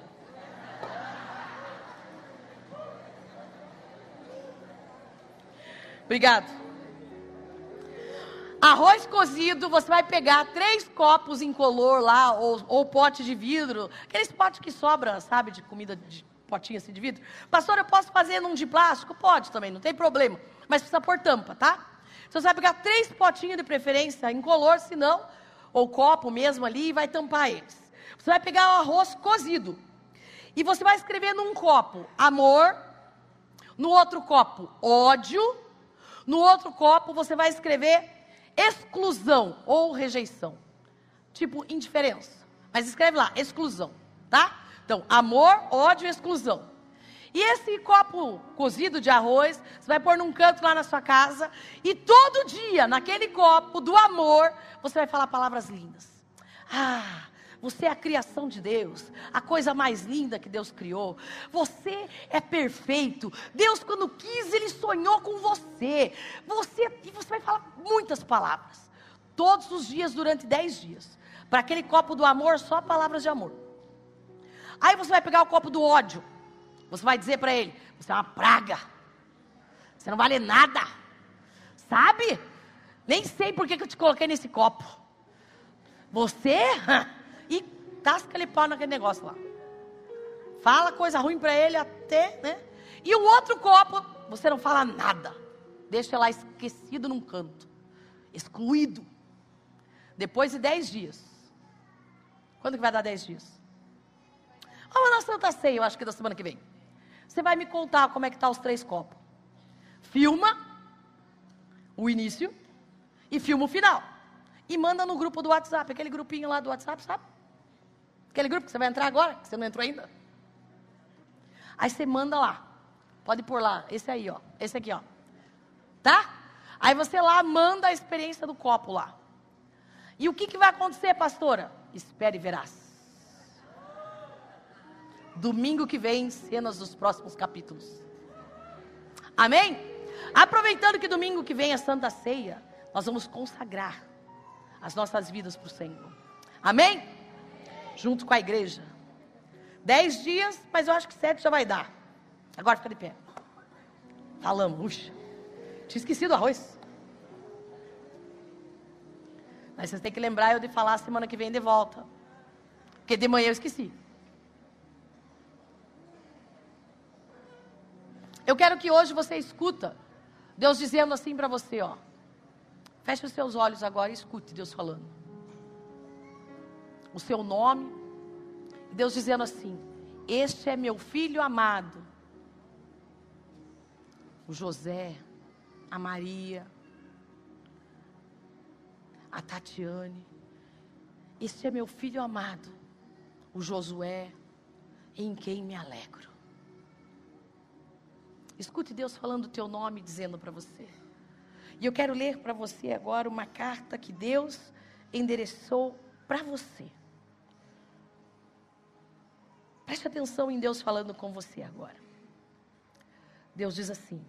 A: Obrigado. Arroz cozido, você vai pegar 3 copos incolor lá, ou pote de vidro, aqueles potes que sobra, sabe, de comida, de potinho assim de vidro. Pastor, eu posso fazer num de plástico? Pode também, não tem problema, mas precisa pôr tampa, tá? Então você vai pegar 3 potinhos de preferência incolor, se não, ou copo mesmo ali, e vai tampar eles. Você vai pegar o arroz cozido, e você vai escrever num copo, amor, no outro copo, ódio, no outro copo você vai escrever exclusão ou rejeição. Tipo, indiferença. Mas escreve lá, exclusão, tá? Então, amor, ódio e exclusão. E esse copo cozido de arroz, você vai pôr num canto lá na sua casa, e todo dia, naquele copo do amor, você vai falar palavras lindas. Ah, você é a criação de Deus, a coisa mais linda que Deus criou. Você é perfeito. Deus, quando quis, Ele sonhou com você. E você vai falar muitas palavras, todos os dias, durante 10 dias. Para aquele copo do amor, só palavras de amor. Aí você vai pegar o copo do ódio. Você vai dizer para ele, você é uma praga. Você não vale nada. Sabe? Nem sei por que eu te coloquei nesse copo. Você... E tasca-lhe pau naquele negócio lá. Fala coisa ruim para ele até, né? E o outro copo, você não fala nada. Deixa lá esquecido num canto. Excluído. Depois de 10 dias. Quando que vai dar 10 dias? Vamos na Santa Ceia, eu acho que da semana que vem. Você vai me contar como é que tá os 3 copos. Filma o início e filma o final. E manda no grupo do WhatsApp, aquele grupinho lá do WhatsApp, sabe? Aquele grupo que você vai entrar agora, que você não entrou ainda. Aí você manda lá. Pode pôr lá, esse aí, ó. Esse aqui, ó. Tá? Aí você lá manda a experiência do copo lá. E o que vai acontecer, pastora? Espere e verás. Domingo que vem, cenas dos próximos capítulos. Amém? Aproveitando que domingo que vem é Santa Ceia, nós vamos consagrar as nossas vidas para o Senhor. Amém? Junto com a igreja. 10 dias, mas eu acho que 7 já vai dar. Agora fica de pé. Falamos, puxa. Tinha esquecido o arroz. Mas vocês têm que lembrar eu de falar semana que vem de volta. Porque de manhã eu esqueci. Eu quero que hoje você escuta Deus dizendo assim para você, ó. Feche os seus olhos agora e escute Deus falando. O seu nome. E Deus dizendo assim, este é meu filho amado. O José, a Maria, a Tatiane. Este é meu filho amado, o Josué, em quem me alegro. Escute Deus falando o teu nome, dizendo para você. E eu quero ler para você agora uma carta que Deus endereçou para você. Preste atenção em Deus falando com você agora. Deus diz assim,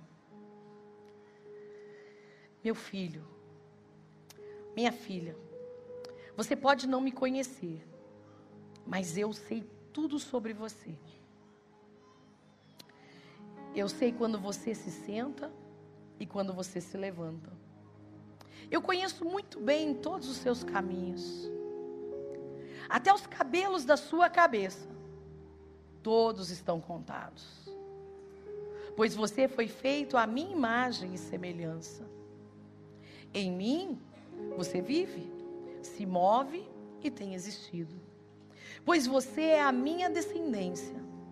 A: meu filho, minha filha, você pode não me conhecer, mas eu sei tudo sobre você. Eu sei quando você se senta e quando você se levanta. Eu conheço muito bem todos os seus caminhos. Até os cabelos da sua cabeça, todos estão contados. Pois você foi feito à minha imagem e semelhança. Em mim, você vive, se move e tem existido. Pois você é a minha descendência.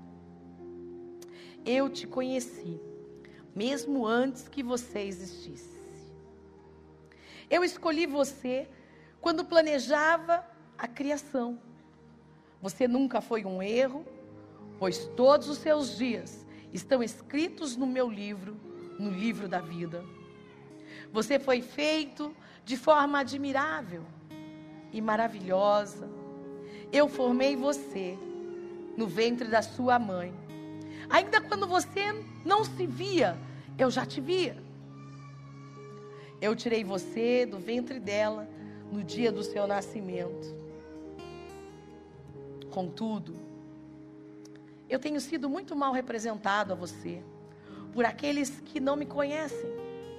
A: Eu te conheci, mesmo antes que você existisse. Eu escolhi você quando planejava a criação. Você nunca foi um erro, pois todos os seus dias estão escritos no meu livro, no livro da vida. Você foi feito de forma admirável e maravilhosa. Eu formei você no ventre da sua mãe. Ainda quando você não se via, eu já te via. Eu tirei você do ventre dela no dia do seu nascimento. Contudo, eu tenho sido muito mal representado a você por aqueles que não me conhecem.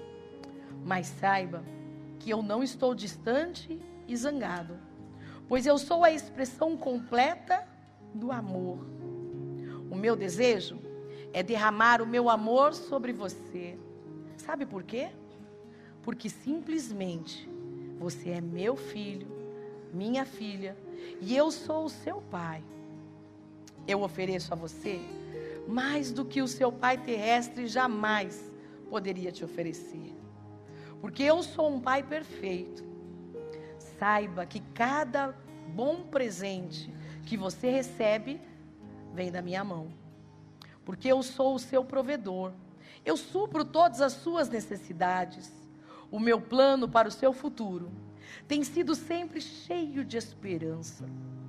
A: Mas saiba que eu não estou distante e zangado, pois eu sou a expressão completa do amor. O meu desejo é derramar o meu amor sobre você. Sabe por quê? Porque simplesmente você é meu filho, minha filha, e eu sou o seu pai. Eu ofereço a você mais do que o seu pai terrestre jamais poderia te oferecer. Porque eu sou um pai perfeito. Saiba que cada bom presente que você recebe vem da minha mão. Porque eu sou o seu provedor. Eu supro todas as suas necessidades. O meu plano para o seu futuro tem sido sempre cheio de esperança.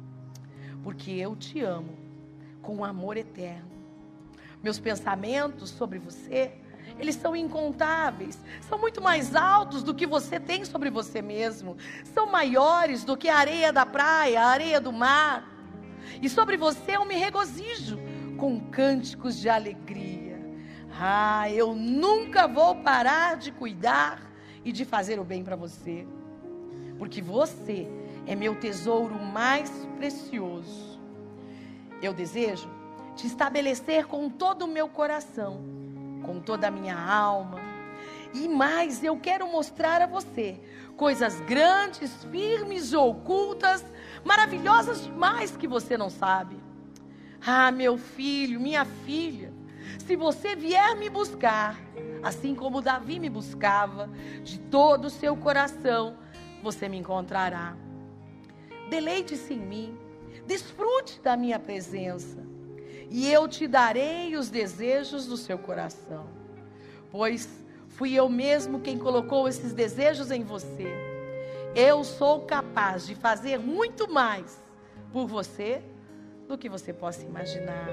A: Porque eu te amo com amor eterno. Meus pensamentos sobre você, eles são incontáveis. São muito mais altos do que você tem sobre você mesmo. São maiores do que a areia da praia, a areia do mar. E sobre você eu me regozijo com cânticos de alegria. Eu nunca vou parar de cuidar e de fazer o bem para você. Porque você é meu tesouro mais precioso. Eu desejo te estabelecer com todo o meu coração, com toda a minha alma. E mais, eu quero mostrar a você coisas grandes, firmes, ocultas, maravilhosas demais que você não sabe. Meu filho, minha filha, se você vier me buscar, assim como Davi me buscava, de todo o seu coração, você me encontrará. Deleite-se em mim, desfrute da minha presença, e eu te darei os desejos do seu coração, pois fui eu mesmo quem colocou esses desejos em você. Eu sou capaz de fazer muito mais por você do que você possa imaginar.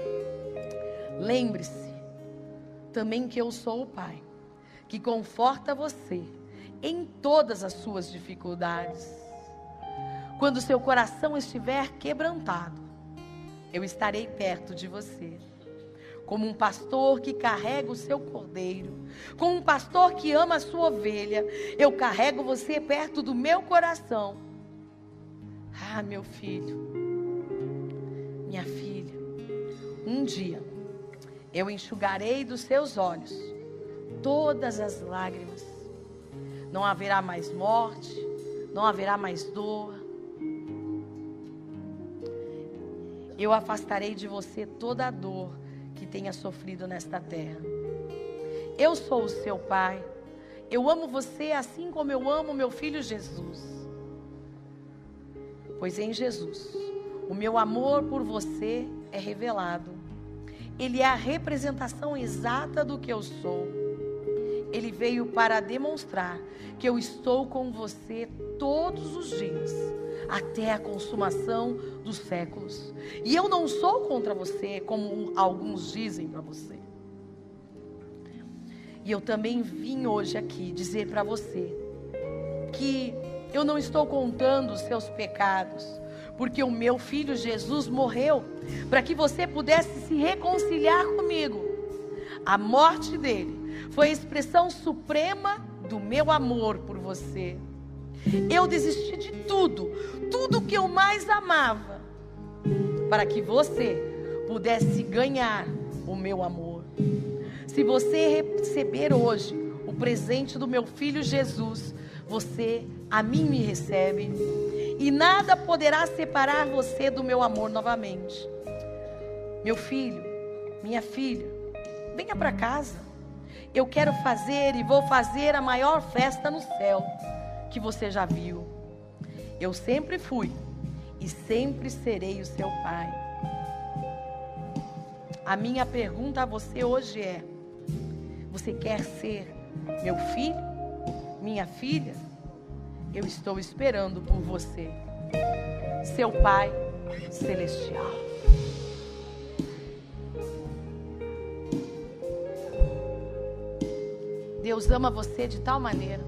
A: Lembre-se também que eu sou o Pai, que conforta você em todas as suas dificuldades. Quando seu coração estiver quebrantado, eu estarei perto de você. Como um pastor que carrega o seu cordeiro, como um pastor que ama a sua ovelha, eu carrego você perto do meu coração. Meu filho, minha filha, um dia eu enxugarei dos seus olhos todas as lágrimas. Não haverá mais morte, não haverá mais dor. Eu afastarei de você toda a dor que tenha sofrido nesta terra. Eu sou o seu pai. Eu amo você assim como eu amo meu filho Jesus. Pois em Jesus, o meu amor por você é revelado. Ele é a representação exata do que eu sou. Ele veio para demonstrar que eu estou com você todos os dias, até a consumação dos séculos. E eu não sou contra você, como alguns dizem para você. E eu também vim hoje aqui dizer para você que eu não estou contando os seus pecados, porque o meu filho Jesus morreu para que você pudesse se reconciliar comigo. A morte dele foi a expressão suprema do meu amor por você. Eu desisti de tudo que eu mais amava, para que você pudesse ganhar o meu amor. Se você receber hoje o presente do meu filho Jesus, você a mim me recebe, e nada poderá separar você do meu amor novamente. Meu filho, minha filha, venha para casa. Eu quero fazer e vou fazer a maior festa no céu que você já viu. Eu sempre fui e sempre serei o seu pai. A minha pergunta a você hoje é: você quer ser meu filho, minha filha? Eu estou esperando por você, seu Pai Celestial. Deus ama você de tal maneira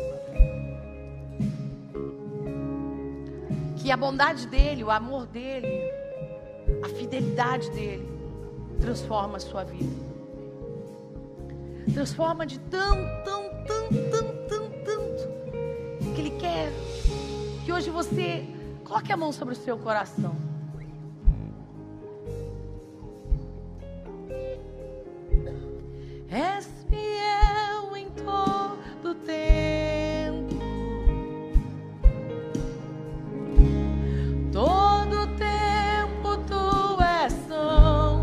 A: que a bondade dele, o amor dele, a fidelidade dele transforma a sua vida. Transforma de tanto que ele quer que hoje você coloque a mão sobre o seu coração. És fiel em todo tempo, todo tempo tu és tão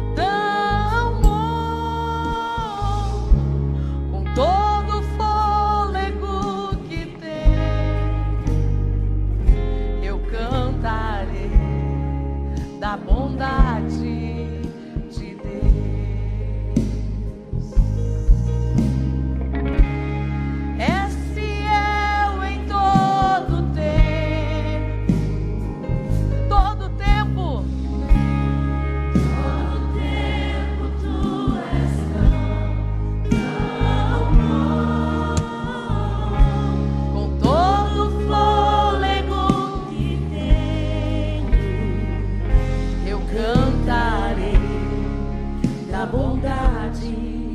A: bom, com todo o fôlego que tem, eu cantarei da bondade.
B: Bondade